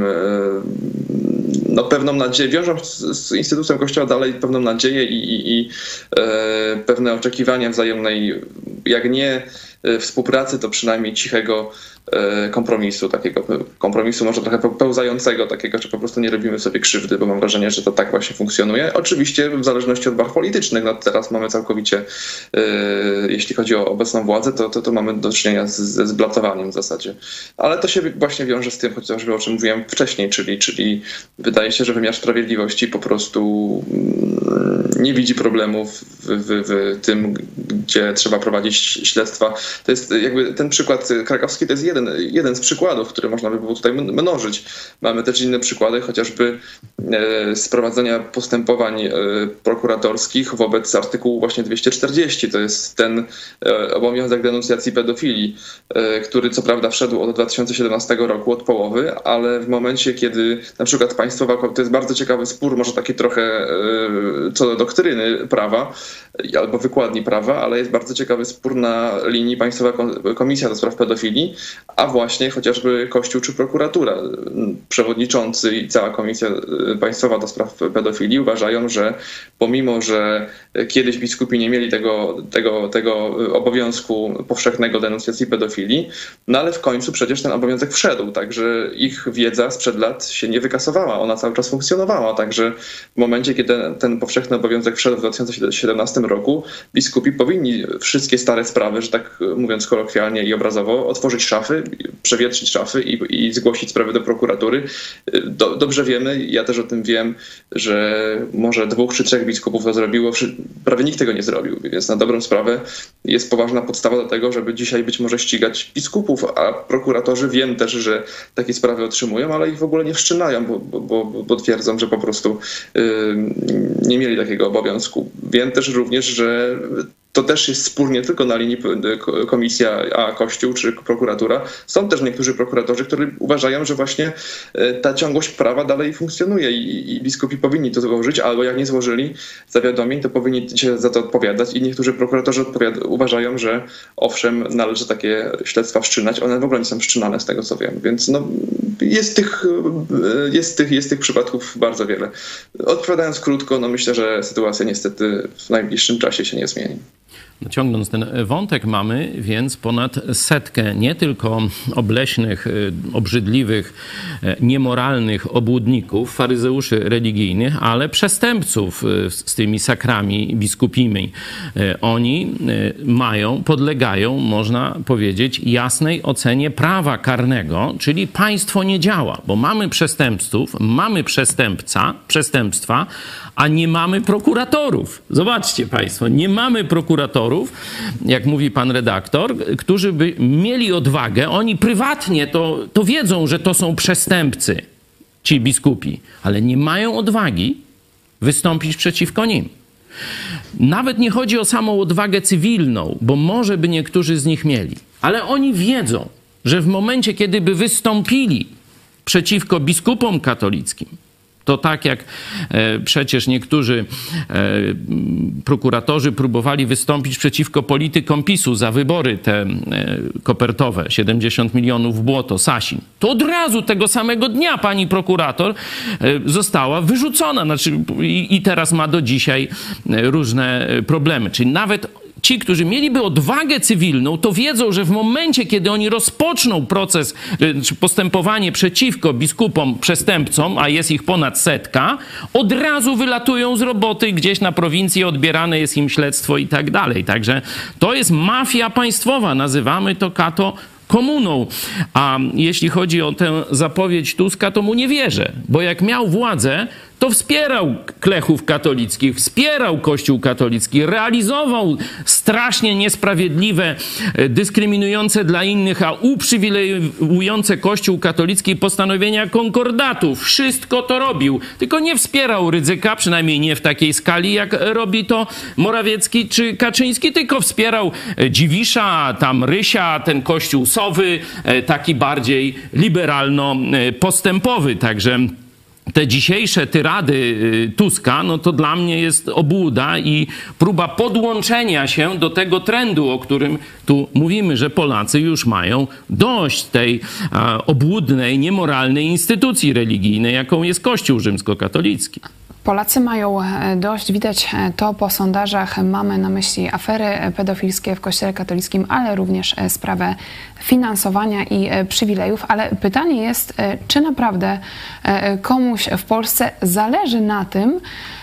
[SPEAKER 4] no, pewną nadzieję, wiążą z, z instytucją Kościoła dalej pewną nadzieję i, i, i e, pewne oczekiwania wzajemnej, jak nie współpracy, to przynajmniej cichego kompromisu, takiego kompromisu może trochę pełzającego, takiego, że po prostu nie robimy sobie krzywdy, bo mam wrażenie, że to tak właśnie funkcjonuje. Oczywiście w zależności od barw politycznych, no teraz mamy całkowicie, jeśli chodzi o obecną władzę, to, to, to mamy do czynienia z, ze zblatowaniem w zasadzie. Ale to się właśnie wiąże z tym, chociażby o czym mówiłem wcześniej, czyli, czyli wydaje się, że wymiar sprawiedliwości po prostu nie widzi problemów w, w, w tym, gdzie trzeba prowadzić śledztwa. To jest jakby ten przykład krakowski, to jest jeden, jeden z przykładów, które można by było tutaj mnożyć. Mamy też inne przykłady, chociażby e, sprowadzenia postępowań e, prokuratorskich wobec artykułu właśnie dwieście czterdzieści. To jest ten e, obowiązek denuncjacji pedofilii, e, który co prawda wszedł od dwa tysiące siedemnastego roku, od połowy, ale w momencie, kiedy na przykład państwowa, to jest bardzo ciekawy spór, może taki trochę e, co do doktryny prawa albo wykładni prawa, ale jest bardzo ciekawy spór na linii Państwowa Komisja do Spraw Pedofilii, a właśnie chociażby Kościół czy prokuratura. Przewodniczący i cała Komisja Państwowa do Spraw Pedofilii uważają, że pomimo, że kiedyś biskupi nie mieli tego, tego, tego obowiązku powszechnego denuncjacji pedofilii, no ale w końcu przecież ten obowiązek wszedł, także ich wiedza sprzed lat się nie wykasowała, ona cały czas funkcjonowała, także w momencie, kiedy ten, ten powszechny obowiązek wszedł w dwa tysiące siedemnastym roku, biskupi powinni wszystkie stare sprawy, że tak mówiąc kolokwialnie i obrazowo, otworzyć szafy, przewietrzyć szafy i, i zgłosić sprawy do prokuratury. Do, dobrze wiemy, ja też o tym wiem, że może dwóch czy trzech biskupów to zrobiło, prawie nikt tego nie zrobił, więc na dobrą sprawę jest poważna podstawa do tego, żeby dzisiaj być może ścigać biskupów, a prokuratorzy wiem też, że takie sprawy otrzymują, ale ich w ogóle nie wszczynają, bo, bo, bo twierdzą, że po prostu yy, nie mieli takiego obowiązku. Wiem też również, że to też jest spór nie tylko na linii komisja, a Kościół czy prokuratura. Są też niektórzy prokuratorzy, którzy uważają, że właśnie ta ciągłość prawa dalej funkcjonuje i, i biskupi powinni to złożyć, albo jak nie złożyli zawiadomień, to powinni się za to odpowiadać i niektórzy prokuratorzy uważają, że owszem, należy takie śledztwa wszczynać. One w ogóle nie są wszczynane z tego, co wiem. Więc no, jest, tych, jest, tych, jest tych przypadków bardzo wiele. Odpowiadając krótko, no myślę, że sytuacja niestety w najbliższym czasie się nie zmieni.
[SPEAKER 2] No, ciągnąc ten wątek, mamy więc ponad setkę nie tylko obleśnych, obrzydliwych, niemoralnych obłudników, faryzeuszy religijnych, ale przestępców z tymi sakrami biskupimi. Oni mają, podlegają, można powiedzieć, jasnej ocenie prawa karnego, czyli państwo nie działa, bo mamy przestępców, mamy przestępca, przestępstwa, a nie mamy prokuratorów. Zobaczcie Państwo, nie mamy prokuratorów, jak mówi pan redaktor, którzy by mieli odwagę, oni prywatnie to, to wiedzą, że to są przestępcy, ci biskupi, ale nie mają odwagi wystąpić przeciwko nim. Nawet nie chodzi o samą odwagę cywilną, bo może by niektórzy z nich mieli, ale oni wiedzą, że w momencie, kiedy by wystąpili przeciwko biskupom katolickim, to tak jak e, przecież niektórzy e, prokuratorzy próbowali wystąpić przeciwko politykom PiSu za wybory te e, kopertowe, siedemdziesiąt milionów w błoto, Sasin, to od razu tego samego dnia pani prokurator e, została wyrzucona. Znaczy, i, i teraz ma do dzisiaj e, różne problemy. Czyli nawet ci, którzy mieliby odwagę cywilną, to wiedzą, że w momencie, kiedy oni rozpoczną proces, czy postępowanie przeciwko biskupom, przestępcom, a jest ich ponad setka, od razu wylatują z roboty, gdzieś na prowincji odbierane jest im śledztwo i tak dalej. Także to jest mafia państwowa, nazywamy to kato komuną. A jeśli chodzi o tę zapowiedź Tuska, to mu nie wierzę, bo jak miał władzę, to wspierał klechów katolickich, wspierał Kościół katolicki, realizował strasznie niesprawiedliwe, dyskryminujące dla innych, a uprzywilejowujące Kościół katolicki postanowienia konkordatu. Wszystko to robił, tylko nie wspierał Rydzyka, przynajmniej nie w takiej skali, jak robi to Morawiecki czy Kaczyński, tylko wspierał Dziwisza, tam Rysia, ten Kościół Sowy, taki bardziej liberalno-postępowy. Także te dzisiejsze tyrady Tuska, no to dla mnie jest obłuda i próba podłączenia się do tego trendu, o którym tu mówimy, że Polacy już mają dość tej a, obłudnej, niemoralnej instytucji religijnej, jaką jest Kościół rzymskokatolicki.
[SPEAKER 1] Polacy mają dość, widać to po sondażach. Mamy na myśli afery pedofilskie w Kościele katolickim, ale również sprawę finansowania i przywilejów. Ale pytanie jest, czy naprawdę komuś w Polsce zależy na tym,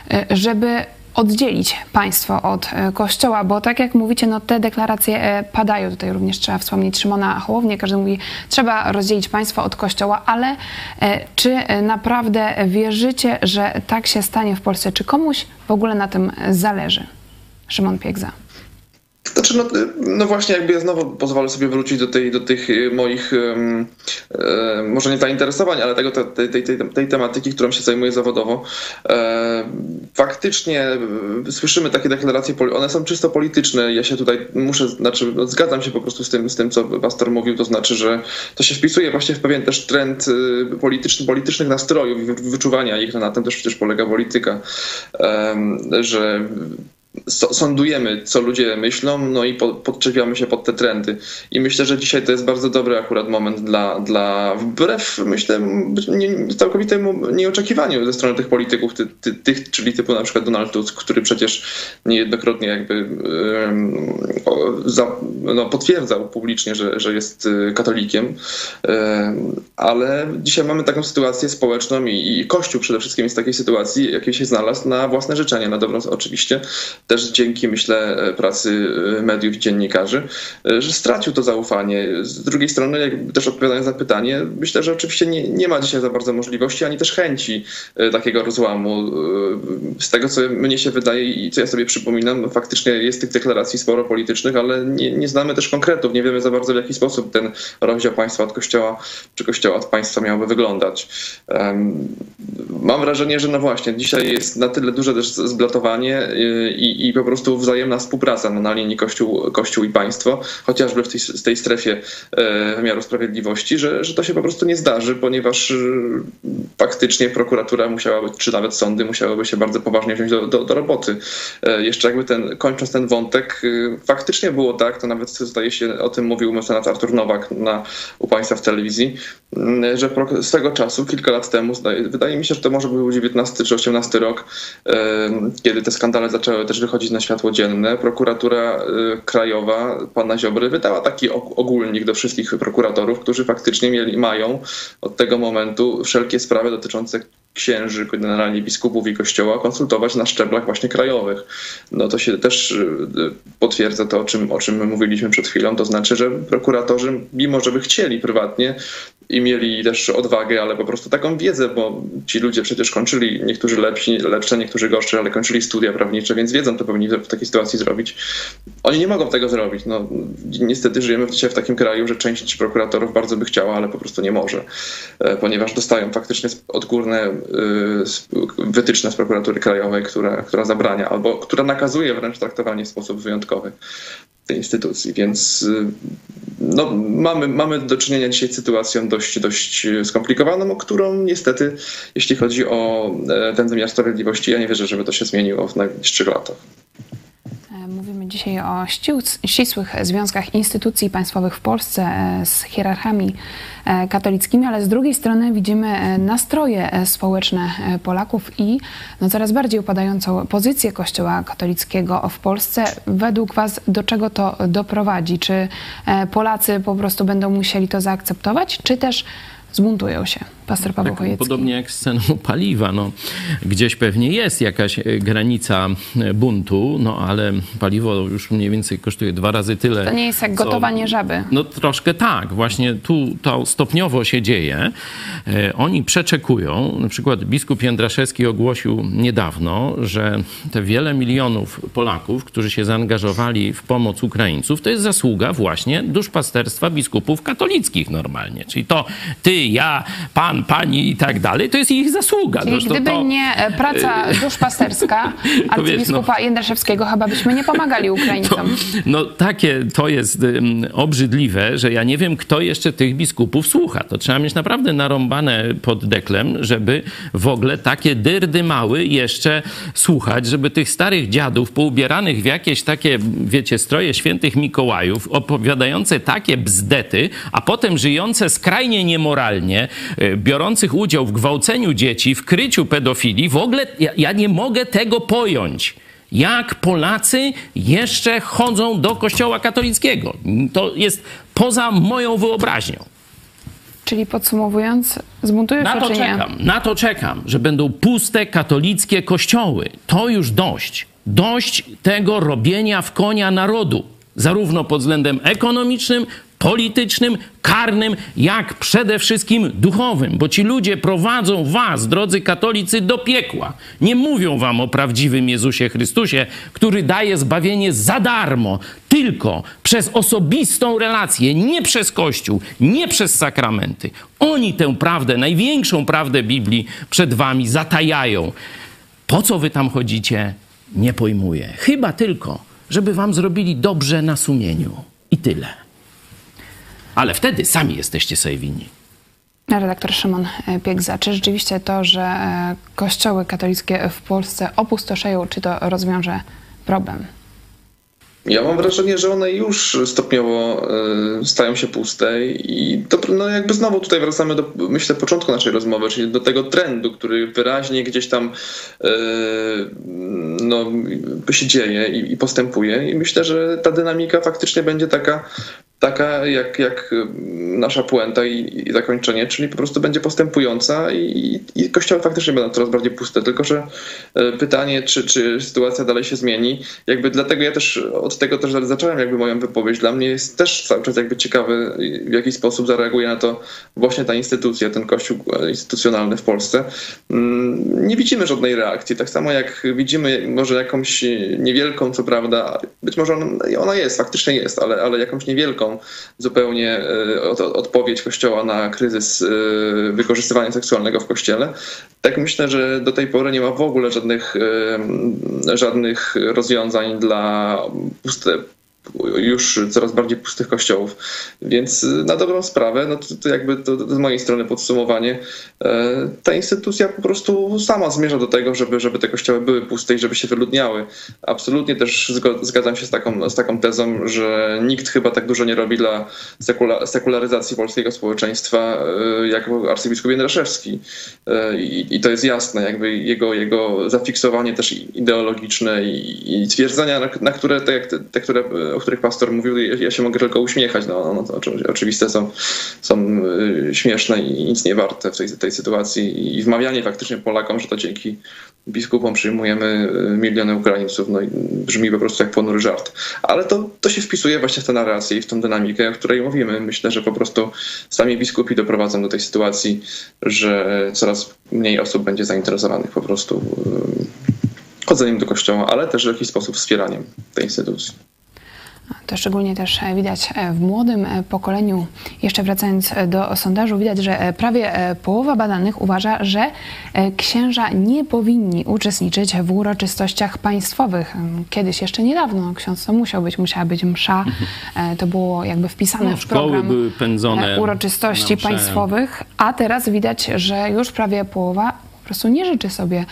[SPEAKER 1] żeby oddzielić państwo od Kościoła, bo tak jak mówicie, no te deklaracje padają. Tutaj również trzeba wspomnieć Szymona Hołownię. Każdy mówi, trzeba rozdzielić państwo od Kościoła, ale czy naprawdę wierzycie, że tak się stanie w Polsce? Czy komuś w ogóle na tym zależy? Szymon Piegza.
[SPEAKER 4] Znaczy, no, no właśnie, jakby ja znowu pozwolę sobie wrócić do, tej, do tych moich, um, e, może nie zainteresowań, ale tego, tej, tej, tej, tej tematyki, którą się zajmuję zawodowo. E, faktycznie słyszymy takie deklaracje, one są czysto polityczne. Ja się tutaj muszę, znaczy no, zgadzam się po prostu z tym, z tym, co pastor mówił, to znaczy, że to się wpisuje właśnie w pewien też trend polityczny, politycznych nastrojów i wyczuwania ich, no, na tym też przecież polega polityka, e, że sądujemy, co ludzie myślą, no i podczepiamy się pod te trendy. I myślę, że dzisiaj to jest bardzo dobry akurat moment dla, dla wbrew, myślę, nie, całkowitemu nieoczekiwaniu ze strony tych polityków, ty, ty, tych, czyli typu na przykład Donald Tusk, który przecież niejednokrotnie jakby um, za, no, potwierdzał publicznie, że, że jest katolikiem, um, ale dzisiaj mamy taką sytuację społeczną i, i Kościół przede wszystkim jest w takiej sytuacji, jakiej się znalazł na własne życzenie, na dobrą oczywiście, też dzięki, myślę, pracy mediów i dziennikarzy, że stracił to zaufanie. Z drugiej strony, jakby też odpowiadając na pytanie, myślę, że oczywiście nie, nie ma dzisiaj za bardzo możliwości, ani też chęci takiego rozłamu. Z tego, co mnie się wydaje i co ja sobie przypominam, faktycznie jest tych deklaracji sporo politycznych, ale nie, nie znamy też konkretów. Nie wiemy za bardzo, w jaki sposób ten rozdział państwa od kościoła, czy kościoła od państwa miałby wyglądać. Mam wrażenie, że no właśnie, dzisiaj jest na tyle duże też zblatowanie i i po prostu wzajemna współpraca na linii Kościół, Kościół i państwo, chociażby w tej, z tej strefie e, wymiaru sprawiedliwości, że, że to się po prostu nie zdarzy, ponieważ e, faktycznie prokuratura musiałaby, czy nawet sądy musiałyby się bardzo poważnie wziąć do, do, do roboty. E, jeszcze jakby ten, kończąc ten wątek, e, faktycznie było tak, to nawet zdaje się, o tym mówił mecenat Artur Nowak na, u państwa w telewizji, e, że pro, swego czasu, kilka lat temu, zdaje, wydaje mi się, że to może był dziewiętnasty czy osiemnasty rok, e, kiedy te skandale zaczęły też wychodzić na światło dzienne, prokuratura y, krajowa pana Ziobry wydała taki ogólnik do wszystkich prokuratorów, którzy faktycznie mieli, mają od tego momentu wszelkie sprawy dotyczące księży, generalnie biskupów i kościoła konsultować na szczeblach właśnie krajowych. No to się też potwierdza to, o czym, o czym my mówiliśmy przed chwilą, to znaczy, że prokuratorzy, mimo że by chcieli prywatnie i mieli też odwagę, ale po prostu taką wiedzę, bo ci ludzie przecież kończyli, niektórzy lepsi, lepsze, niektórzy gorsze, ale kończyli studia prawnicze, więc wiedzą, co powinni w takiej sytuacji zrobić. Oni nie mogą tego zrobić. No, niestety żyjemy dzisiaj w takim kraju, że część prokuratorów bardzo by chciała, ale po prostu nie może, ponieważ dostają faktycznie odgórne wytyczne z prokuratury krajowej, która, która zabrania albo która nakazuje wręcz traktowanie w sposób wyjątkowy tej instytucji, więc no, mamy, mamy do czynienia dzisiaj z sytuacją dość, dość skomplikowaną, o którą niestety, jeśli chodzi o ten wymiar sprawiedliwości, ja nie wierzę, żeby to się zmieniło w najbliższych latach.
[SPEAKER 1] Mówimy dzisiaj o ścisłych związkach instytucji państwowych w Polsce z hierarchami katolickimi, ale z drugiej strony widzimy nastroje społeczne Polaków i no, coraz bardziej upadającą pozycję Kościoła katolickiego w Polsce. Według was do czego to doprowadzi? Czy Polacy po prostu będą musieli to zaakceptować, czy też zbuntują się? Pastor Paweł
[SPEAKER 2] tak,
[SPEAKER 1] Chojecki.
[SPEAKER 2] Podobnie jak z ceną paliwa. No, gdzieś pewnie jest jakaś granica buntu, no ale paliwo już mniej więcej kosztuje dwa razy tyle.
[SPEAKER 1] To nie jest jak
[SPEAKER 2] co,
[SPEAKER 1] gotowanie żaby.
[SPEAKER 2] No troszkę tak. Właśnie tu to stopniowo się dzieje. E, oni przeczekują. Na przykład biskup Jędraszewski ogłosił niedawno, że te wiele milionów Polaków, którzy się zaangażowali w pomoc Ukraińców, to jest zasługa właśnie duszpasterstwa biskupów katolickich normalnie. Czyli to ty, ja, pan, pani i tak dalej, to jest ich zasługa.
[SPEAKER 1] Czyli
[SPEAKER 2] Zresztą
[SPEAKER 1] gdyby
[SPEAKER 2] to...
[SPEAKER 1] nie praca duszpasterska arcybiskupa no... Jędraszewskiego, chyba byśmy nie pomagali Ukraińcom.
[SPEAKER 2] To, no takie to jest um, obrzydliwe, że ja nie wiem, kto jeszcze tych biskupów słucha. To trzeba mieć naprawdę narąbane pod deklem, żeby w ogóle takie dyrdy mały jeszcze słuchać, żeby tych starych dziadów poubieranych w jakieś takie, wiecie, stroje świętych Mikołajów, opowiadające takie bzdety, a potem żyjące skrajnie niemoralnie, biorących udział w gwałceniu dzieci, w kryciu pedofilii, w ogóle ja, ja nie mogę tego pojąć. Jak Polacy jeszcze chodzą do kościoła katolickiego. To jest poza moją wyobraźnią.
[SPEAKER 1] Czyli podsumowując, zbuntują się,
[SPEAKER 2] na to
[SPEAKER 1] czy
[SPEAKER 2] czekam,
[SPEAKER 1] nie?
[SPEAKER 2] Na to czekam, że będą puste katolickie kościoły. To już dość. Dość tego robienia w konia narodu. Zarówno pod względem ekonomicznym, politycznym, karnym, jak przede wszystkim duchowym, bo ci ludzie prowadzą was, drodzy katolicy, do piekła. Nie mówią wam o prawdziwym Jezusie Chrystusie, który daje zbawienie za darmo, tylko przez osobistą relację, nie przez Kościół, nie przez sakramenty. Oni tę prawdę, największą prawdę Biblii przed wami zatajają. Po co wy tam chodzicie? Nie pojmuję. Chyba tylko, żeby wam zrobili dobrze na sumieniu. I tyle. Ale wtedy sami jesteście sobie winni.
[SPEAKER 1] Redaktor Szymon Piegza, czy rzeczywiście to, że kościoły katolickie w Polsce opustoszeją, czy to rozwiąże problem?
[SPEAKER 4] Ja mam wrażenie, że one już stopniowo y, stają się puste i to, no jakby znowu tutaj wracamy do, myślę, początku naszej rozmowy, czyli do tego trendu, który wyraźnie gdzieś tam y, no, się dzieje i, i postępuje i myślę, że ta dynamika faktycznie będzie taka, taka jak, jak nasza puenta i, i zakończenie, czyli po prostu będzie postępująca i, i kościoły faktycznie będą coraz bardziej puste. Tylko że pytanie, czy, czy sytuacja dalej się zmieni, jakby dlatego ja też od tego też zacząłem jakby moją wypowiedź. Dla mnie jest też cały czas jakby ciekawy, w jaki sposób zareaguje na to właśnie ta instytucja, ten kościół instytucjonalny w Polsce. Nie widzimy żadnej reakcji. Tak samo jak widzimy może jakąś niewielką, co prawda, być może ona, ona jest, faktycznie jest, ale, ale jakąś niewielką zupełnie odpowiedź Kościoła na kryzys wykorzystywania seksualnego w Kościele. Tak myślę, że do tej pory nie ma w ogóle żadnych, żadnych rozwiązań dla puste, już coraz bardziej pustych kościołów. Więc na dobrą sprawę, no to, to jakby to, to z mojej strony podsumowanie, ta instytucja po prostu sama zmierza do tego, żeby, żeby te kościoły były puste i żeby się wyludniały. Absolutnie też zgadzam się z taką, z taką tezą, że nikt chyba tak dużo nie robi dla sekula, sekularyzacji polskiego społeczeństwa jak arcybiskup Jędraszewski. I, I to jest jasne, jakby jego, jego zafiksowanie też ideologiczne i, i twierdzenia, na, na które te, te które o których pastor mówił, ja się mogę tylko uśmiechać. No, no to oczywiste są, są śmieszne i nic nie warte w tej, tej sytuacji. I wmawianie faktycznie Polakom, że to dzięki biskupom przyjmujemy miliony Ukraińców, no i brzmi po prostu jak ponury żart. Ale to, to się wpisuje właśnie w tę narrację i w tę dynamikę, o której mówimy. Myślę, że po prostu sami biskupi doprowadzą do tej sytuacji, że coraz mniej osób będzie zainteresowanych po prostu chodzeniem do kościoła, ale też w jakiś sposób wspieraniem tej instytucji.
[SPEAKER 1] To szczególnie też widać w młodym pokoleniu. Jeszcze wracając do sondażu, widać, że prawie połowa badanych uważa, że księża nie powinni uczestniczyć w uroczystościach państwowych. Kiedyś, jeszcze niedawno, ksiądz to musiał być, musiała być msza. To było jakby wpisane
[SPEAKER 2] no,
[SPEAKER 1] w program
[SPEAKER 2] były pędzone
[SPEAKER 1] uroczystości państwowych, a teraz widać, że już prawie połowa po prostu nie życzy sobie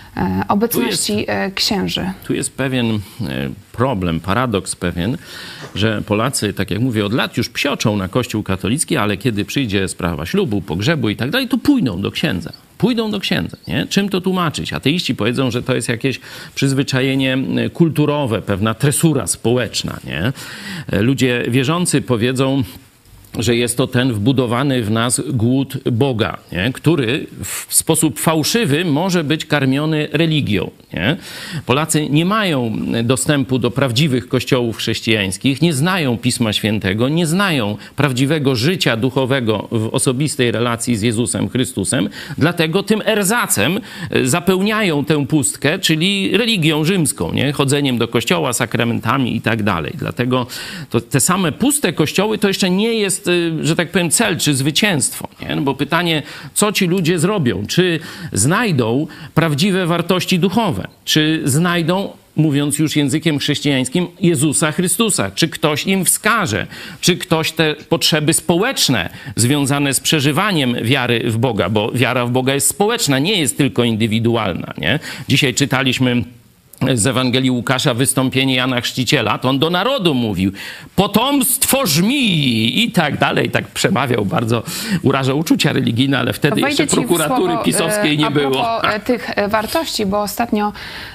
[SPEAKER 1] obecności tu jest, księży.
[SPEAKER 2] Tu jest pewien problem, paradoks pewien, że Polacy, tak jak mówię, od lat już psioczą na Kościół katolicki, ale kiedy przyjdzie sprawa ślubu, pogrzebu i tak dalej, to pójdą do księdza. Pójdą do księdza. Nie? Czym to tłumaczyć? Ateiści powiedzą, że to jest jakieś przyzwyczajenie kulturowe, pewna tresura społeczna. Nie? Ludzie wierzący powiedzą, że jest to ten wbudowany w nas głód Boga, nie? Który w sposób fałszywy może być karmiony religią. Nie? Polacy nie mają dostępu do prawdziwych kościołów chrześcijańskich, nie znają Pisma Świętego, nie znają prawdziwego życia duchowego w osobistej relacji z Jezusem Chrystusem, dlatego tym erzacem zapełniają tę pustkę, czyli religią rzymską, nie? Chodzeniem do kościoła, sakramentami i tak dalej. Dlatego to te same puste kościoły to jeszcze nie jest, że tak powiem, cel czy zwycięstwo. Nie? No bo pytanie, co ci ludzie zrobią? Czy znajdą prawdziwe wartości duchowe? Czy znajdą, mówiąc już językiem chrześcijańskim, Jezusa Chrystusa? Czy ktoś im wskaże? Czy ktoś te potrzeby społeczne związane z przeżywaniem wiary w Boga? Bo wiara w Boga jest społeczna, nie jest tylko indywidualna. Nie? Dzisiaj czytaliśmy z Ewangelii Łukasza wystąpienie Jana Chrzciciela, to on do narodu mówił: potomstwo żmii i tak dalej, tak przemawiał, bardzo urażał uczucia religijne, ale wtedy jeszcze prokuratury słowo, pisowskiej nie
[SPEAKER 1] a
[SPEAKER 2] było.
[SPEAKER 1] A tych wartości, bo ostatnio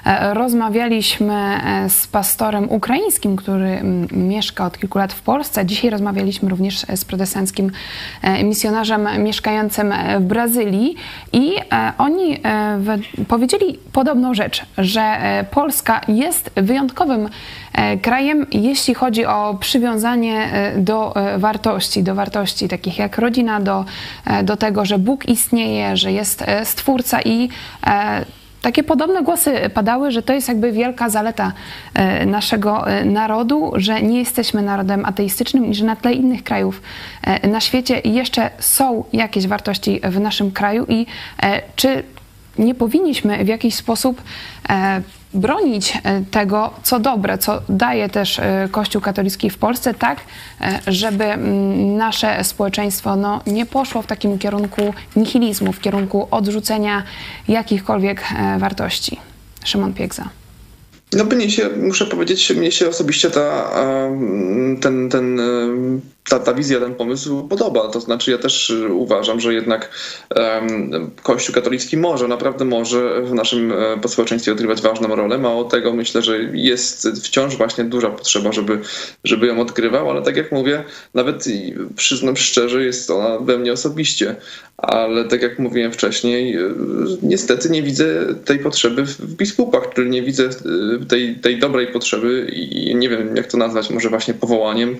[SPEAKER 1] rozmawialiśmy z pastorem ukraińskim, który mieszka od kilku lat w Polsce. Dzisiaj rozmawialiśmy również z protestanckim misjonarzem mieszkającym w Brazylii i oni powiedzieli podobną rzecz, że Polska jest wyjątkowym krajem, jeśli chodzi o przywiązanie do wartości, do wartości takich jak rodzina, do, do tego, że Bóg istnieje, że jest Stwórca i takie podobne głosy padały, że to jest jakby wielka zaleta naszego narodu, że nie jesteśmy narodem ateistycznym i że na tle innych krajów na świecie jeszcze są jakieś wartości w naszym kraju i czy nie powinniśmy w jakiś sposób bronić tego, co dobre, co daje też Kościół katolicki w Polsce, tak, żeby nasze społeczeństwo no, nie poszło w takim kierunku nihilizmu, w kierunku odrzucenia jakichkolwiek wartości. Szymon Piegza.
[SPEAKER 4] No mnie się, muszę powiedzieć, mnie się osobiście ta, ten, ten, ta, ta wizja, ten pomysł podoba. To znaczy ja też uważam, że jednak Kościół katolicki może, naprawdę może w naszym społeczeństwie odgrywać ważną rolę. Mało tego, myślę, że jest wciąż właśnie duża potrzeba, żeby, żeby ją odgrywał, ale tak jak mówię, nawet przyznam szczerze, jest ona we mnie osobiście. Ale tak jak mówiłem wcześniej, niestety nie widzę tej potrzeby w biskupach, czyli nie widzę tej, tej dobrej potrzeby i nie wiem, jak to nazwać, może właśnie powołaniem,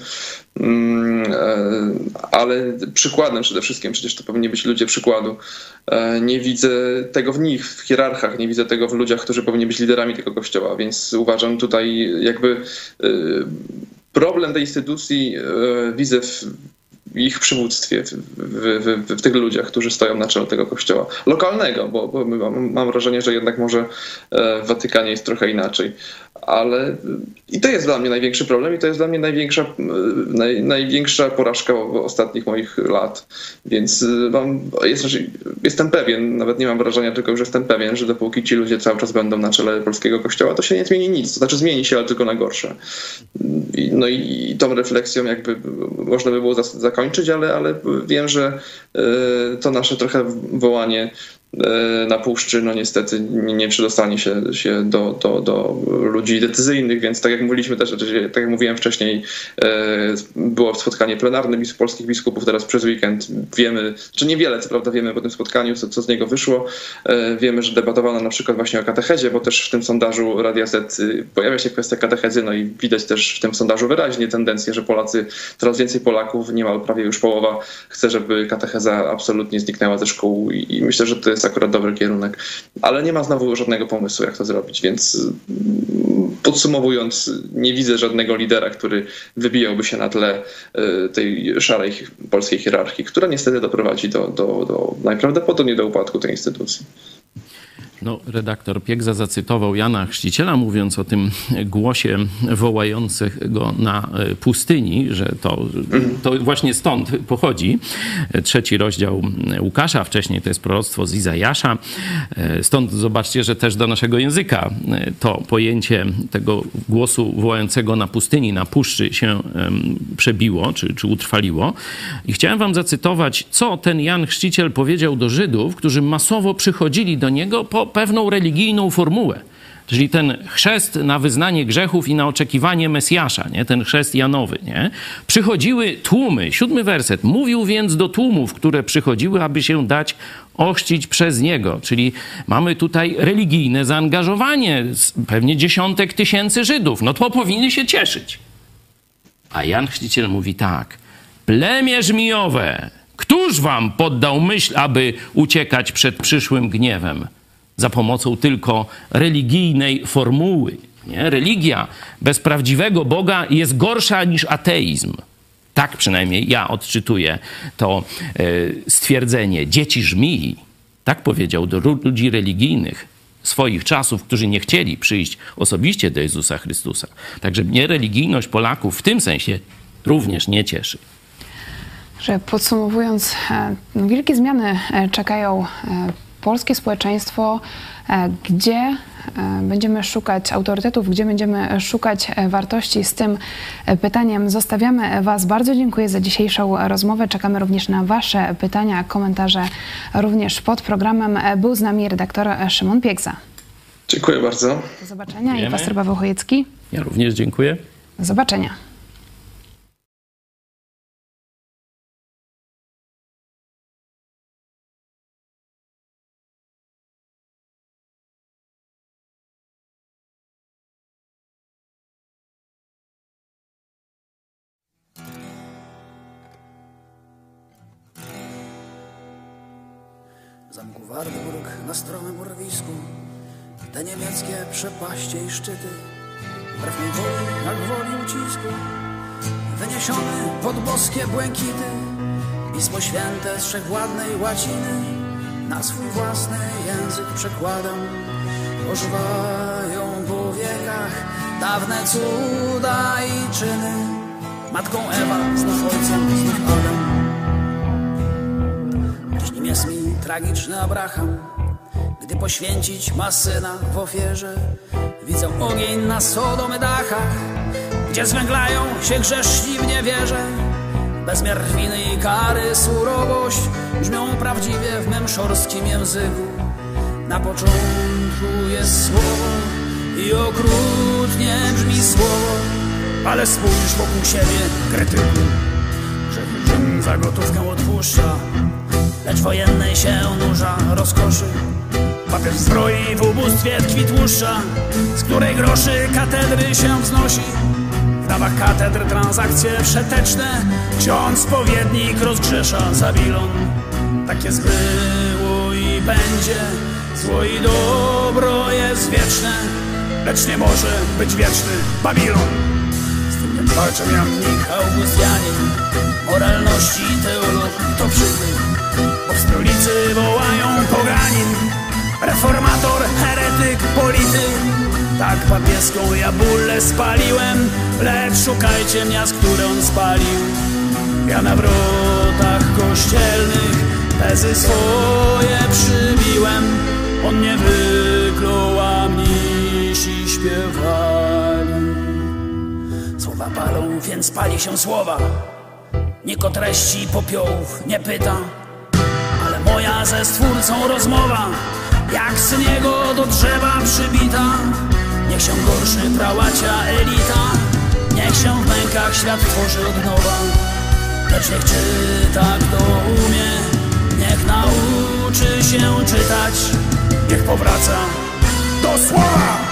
[SPEAKER 4] ale przykładem przede wszystkim, przecież to powinni być ludzie przykładu. Nie widzę tego w nich, w hierarchach, nie widzę tego w ludziach, którzy powinni być liderami tego kościoła, więc uważam tutaj jakby problem tej instytucji widzę w ich przywództwie, w, w, w, w tych ludziach, którzy stoją na czele tego kościoła lokalnego, bo, bo mam, mam wrażenie, że jednak może w Watykanie jest trochę inaczej. Ale i to jest dla mnie największy problem i to jest dla mnie największa, naj, największa porażka ostatnich moich lat. Więc mam, jest, jestem pewien, nawet nie mam wrażenia, tylko już jestem pewien, że dopóki ci ludzie cały czas będą na czele polskiego kościoła, to się nie zmieni nic. To znaczy zmieni się, ale tylko na gorsze. No i, i tą refleksją jakby można by było zakończyć, ale, ale wiem, że to nasze trochę wołanie na puszczy, no niestety nie przedostanie się, się do, do, do ludzi decyzyjnych, więc tak jak mówiliśmy też, tak jak mówiłem wcześniej, było spotkanie plenarne polskich biskupów teraz przez weekend. Wiemy, czy niewiele, co prawda wiemy po tym spotkaniu, co, co z niego wyszło. Wiemy, że debatowano na przykład właśnie o katechezie, bo też w tym sondażu Radia Z pojawia się kwestia katechezy, no i widać też w tym sondażu wyraźnie tendencję, że Polacy, coraz więcej Polaków, niemal prawie już połowa, chce, żeby katecheza absolutnie zniknęła ze szkół i, i myślę, że to jest akurat dobry kierunek, ale nie ma znowu żadnego pomysłu, jak to zrobić, więc podsumowując, nie widzę żadnego lidera, który wybijałby się na tle tej szarej polskiej hierarchii, która niestety doprowadzi do, do, do najprawdopodobniej do upadku tej instytucji.
[SPEAKER 2] No, redaktor Piegza zacytował Jana Chrzciciela, mówiąc o tym głosie wołającego na pustyni, że to, to właśnie stąd pochodzi. Trzeci rozdział Łukasza, wcześniej to jest proroctwo z Izajasza. Stąd zobaczcie, że też do naszego języka to pojęcie tego głosu wołającego na pustyni, na puszczy się przebiło, czy, czy utrwaliło. I chciałem wam zacytować, co ten Jan Chrzciciel powiedział do Żydów, którzy masowo przychodzili do niego po pewną religijną formułę. Czyli ten chrzest na wyznanie grzechów i na oczekiwanie Mesjasza, nie? Ten chrzest Janowy. Nie? Przychodziły tłumy, siódmy werset. Mówił więc do tłumów, które przychodziły, aby się dać ochrzcić przez niego. Czyli mamy tutaj religijne zaangażowanie, pewnie dziesiątek tysięcy Żydów. No to powinny się cieszyć. A Jan Chrzciciel mówi tak. Plemię żmijowe, któż wam poddał myśl, aby uciekać przed przyszłym gniewem? Za pomocą tylko religijnej formuły. Nie? Religia bez prawdziwego Boga jest gorsza niż ateizm. Tak przynajmniej ja odczytuję to y, stwierdzenie. Dzieci żmii, tak powiedział do ludzi religijnych swoich czasów, którzy nie chcieli przyjść osobiście do Jezusa Chrystusa. Także mnie religijność Polaków w tym sensie również nie cieszy.
[SPEAKER 1] Że podsumowując, no, wielkie zmiany czekają polskie społeczeństwo, gdzie będziemy szukać autorytetów, gdzie będziemy szukać wartości. Z tym pytaniem zostawiamy Was. Bardzo dziękuję za dzisiejszą rozmowę. Czekamy również na Wasze pytania, komentarze również pod programem. Był z nami redaktor Szymon Piegza.
[SPEAKER 4] Dziękuję bardzo.
[SPEAKER 1] Do zobaczenia.
[SPEAKER 2] Dziękujemy.
[SPEAKER 1] I pastor Paweł Chojecki.
[SPEAKER 2] Ja również dziękuję.
[SPEAKER 1] Do zobaczenia.
[SPEAKER 5] zamku Wartburg na stromym urwisku, te niemieckie przepaście i szczyty, wbrew mej woli, jak woli ucisku, wyniesiony pod boskie błękity, Pismo Święte z wszechwładnej łaciny na swój własny język przekładam. Ożywają po wiekach dawne cuda i czyny, matką Ewa, znów ojcem, znów Adam. Dziś nim jest mi tragiczny Abraham, gdy poświęcić ma syna w ofierze. Widzę ogień na Sodomy dachach, gdzie zwęglają się grzeszni w niewierze. Bezmiar winy i kary, surowość brzmią prawdziwie w mym szorskim języku. Na początku jest słowo i okrutnie brzmi słowo, ale spójrz wokół siebie, kretyku. Grzechy Rzym za gotówkę odpuszcza, lecz wojennej się nurza rozkoszy. Papież zbroi w ubóstwie tkwi tłuszcza, z której groszy katedry się wznosi. W dawach katedr transakcje przeteczne, ksiądz spowiednik rozgrzesza Zabilon. Takie było i będzie, zło i dobro jest wieczne, lecz nie może być wieczny Babilon. Z tym walczą Jan Michał Augustianin, moralności teolog to przybył, bo w stolicy wołają poganin, reformator, heretyk, polityk. Tak papieską ja bullę spaliłem, lecz szukajcie miast, które on spalił. Ja na wrotach kościelnych tezy swoje przybiłem, on nie wyklął, a mnisi śpiewali. Słowa palą, więc pali się słowa. Nikt o treści popiołów nie pyta, ale moja ze Stwórcą rozmowa, jak syn jego do drzewa przybita. Niech się gorszy prałacia elita, niech się w mękach świat tworzy od nowa. Lecz niech czyta kto umie, niech nauczy się czytać, niech powraca do słowa.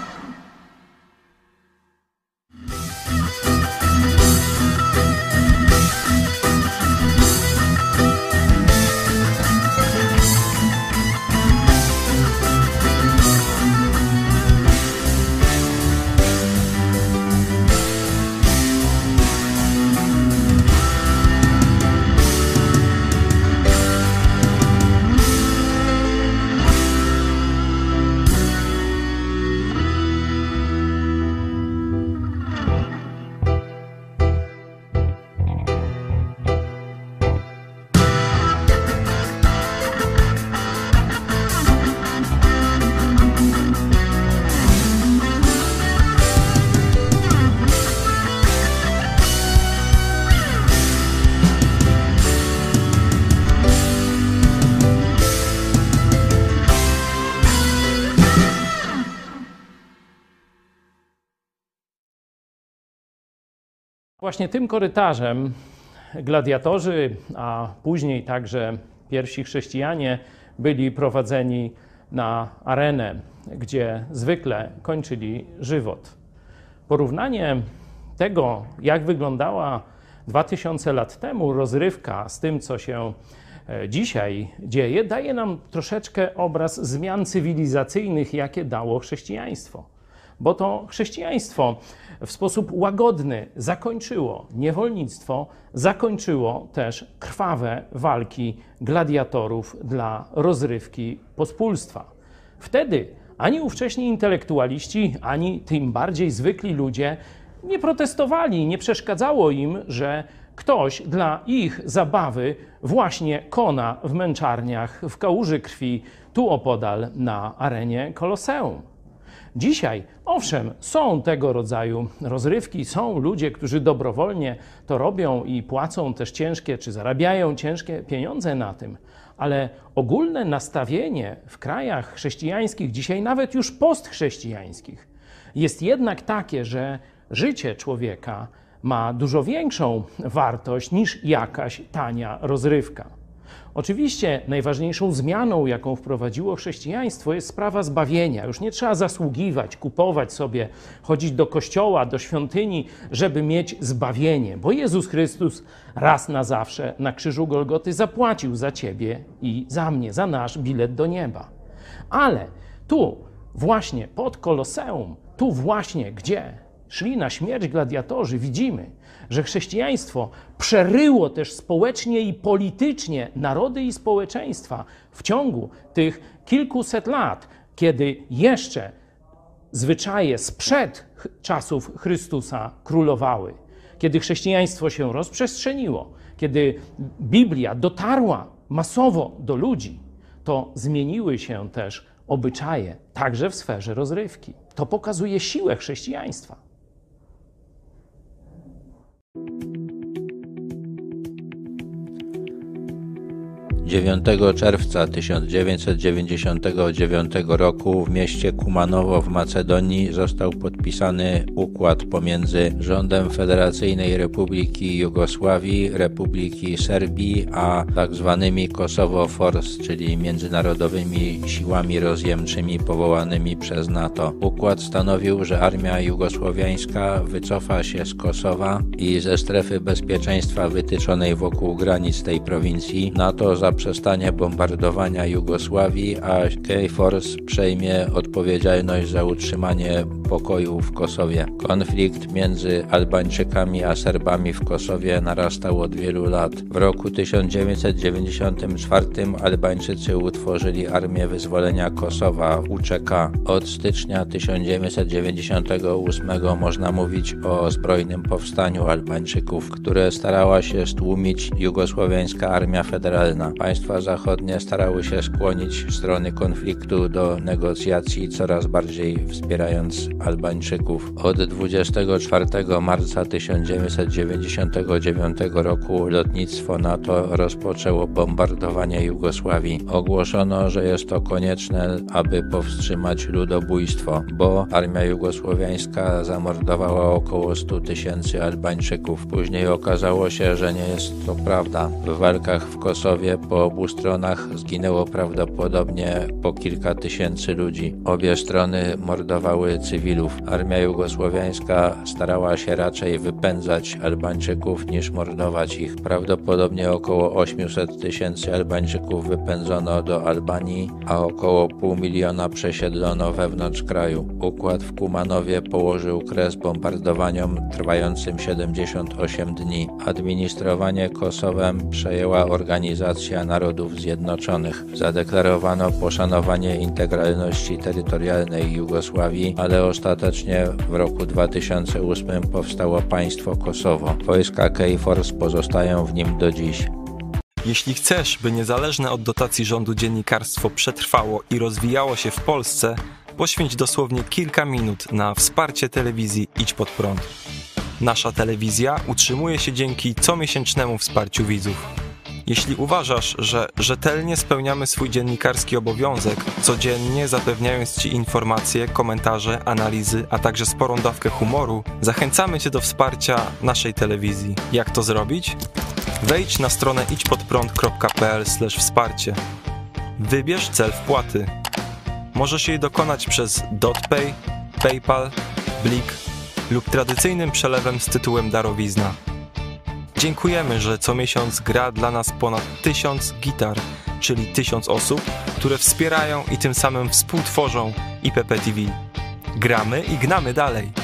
[SPEAKER 2] Właśnie tym korytarzem gladiatorzy, a później także pierwsi chrześcijanie byli prowadzeni na arenę, gdzie zwykle kończyli żywot. Porównanie tego, jak wyglądała dwa tysiące lat temu rozrywka z tym, co się dzisiaj dzieje, daje nam troszeczkę obraz zmian cywilizacyjnych, jakie dało chrześcijaństwo. Bo to chrześcijaństwo w sposób łagodny zakończyło niewolnictwo, zakończyło też krwawe walki gladiatorów dla rozrywki pospólstwa. Wtedy ani ówcześni intelektualiści, ani tym bardziej zwykli ludzie nie protestowali, nie przeszkadzało im, że ktoś dla ich zabawy właśnie kona w męczarniach, w kałuży krwi, tu opodal na arenie Koloseum. Dzisiaj, owszem, są tego rodzaju rozrywki, są ludzie, którzy dobrowolnie to robią i płacą też ciężkie, czy zarabiają ciężkie pieniądze na tym, ale ogólne nastawienie w krajach chrześcijańskich, dzisiaj nawet już postchrześcijańskich, jest jednak takie, że życie człowieka ma dużo większą wartość niż jakaś tania rozrywka. Oczywiście najważniejszą zmianą, jaką wprowadziło chrześcijaństwo, jest sprawa zbawienia. Już nie trzeba zasługiwać, kupować sobie, chodzić do kościoła, do świątyni, żeby mieć zbawienie, bo Jezus Chrystus raz na zawsze na krzyżu Golgoty zapłacił za ciebie i za mnie, za nasz bilet do nieba. Ale tu właśnie pod Koloseum, tu właśnie gdzie szli na śmierć gladiatorzy, widzimy, że chrześcijaństwo przeryło też społecznie i politycznie narody i społeczeństwa w ciągu tych kilkuset lat, kiedy jeszcze zwyczaje sprzed czasów Chrystusa królowały, kiedy chrześcijaństwo się rozprzestrzeniło, kiedy Biblia dotarła masowo do ludzi, to zmieniły się też obyczaje, także w sferze rozrywki. To pokazuje siłę chrześcijaństwa.
[SPEAKER 6] dziewiątego czerwca tysiąc dziewięćset dziewięćdziesiątego dziewiątego roku w mieście Kumanowo w Macedonii został podpisany układ pomiędzy rządem Federacyjnej Republiki Jugosławii, Republiki Serbii, a tak zwanymi Kosovo Force, czyli międzynarodowymi siłami rozjemczymi powołanymi przez NATO. Układ stanowił, że armia jugosłowiańska wycofa się z Kosowa i ze strefy bezpieczeństwa wytyczonej wokół granic tej prowincji NATO za zaprzestanie bombardowania Jugosławii, a K Force przejmie odpowiedzialność za utrzymanie pokoju w Kosowie. Konflikt między Albańczykami a Serbami w Kosowie narastał od wielu lat. W roku tysiąc dziewięćset dziewięćdziesiątym czwartym Albańczycy utworzyli Armię Wyzwolenia Kosowa U C K. Od stycznia tysiąc dziewięćset dziewięćdziesiątego ósmego można mówić o zbrojnym powstaniu Albańczyków, które starała się stłumić Jugosłowiańska Armia Federalna. Państwa zachodnie starały się skłonić strony konfliktu do negocjacji, coraz bardziej wspierając Albańczyków. Od dwudziestego czwartego marca tysiąc dziewięćset dziewięćdziesiątego dziewiątego roku lotnictwo NATO rozpoczęło bombardowanie Jugosławii. Ogłoszono, że jest to konieczne, aby powstrzymać ludobójstwo, bo armia jugosłowiańska zamordowała około stu tysięcy Albańczyków. Później okazało się, że nie jest to prawda. W walkach w Kosowie po obu stronach zginęło prawdopodobnie po kilka tysięcy ludzi. Obie strony mordowały cywilów. Armia jugosłowiańska starała się raczej wypędzać Albańczyków niż mordować ich. Prawdopodobnie około osiemset tysięcy Albańczyków wypędzono do Albanii, a około pół miliona przesiedlono wewnątrz kraju. Układ w Kumanowie położył kres bombardowaniom trwającym siedemdziesiąt osiem dni. Administrowanie Kosowem przejęła Organizacja Narodów Zjednoczonych. Zadeklarowano poszanowanie integralności terytorialnej Jugosławii, ale ostatecznie w roku dwa tysiące ósmym powstało państwo Kosowo. Wojska K Force pozostają w nim do dziś.
[SPEAKER 7] Jeśli chcesz, by niezależne od dotacji rządu dziennikarstwo przetrwało i rozwijało się w Polsce, poświęć dosłownie kilka minut na wsparcie telewizji Idź Pod Prąd. Nasza telewizja utrzymuje się dzięki comiesięcznemu wsparciu widzów. Jeśli uważasz, że rzetelnie spełniamy swój dziennikarski obowiązek, codziennie zapewniając Ci informacje, komentarze, analizy, a także sporą dawkę humoru, zachęcamy Cię do wsparcia naszej telewizji. Jak to zrobić? Wejdź na stronę idźpodprąd kropka p l slash wsparcie. Wybierz cel wpłaty. Możesz jej dokonać przez DotPay, PayPal, Blik lub tradycyjnym przelewem z tytułem darowizna. Dziękujemy, że co miesiąc gra dla nas ponad tysiąc gitar, czyli tysiąc osób, które wspierają i tym samym współtworzą I P P T V. Gramy i gnamy dalej.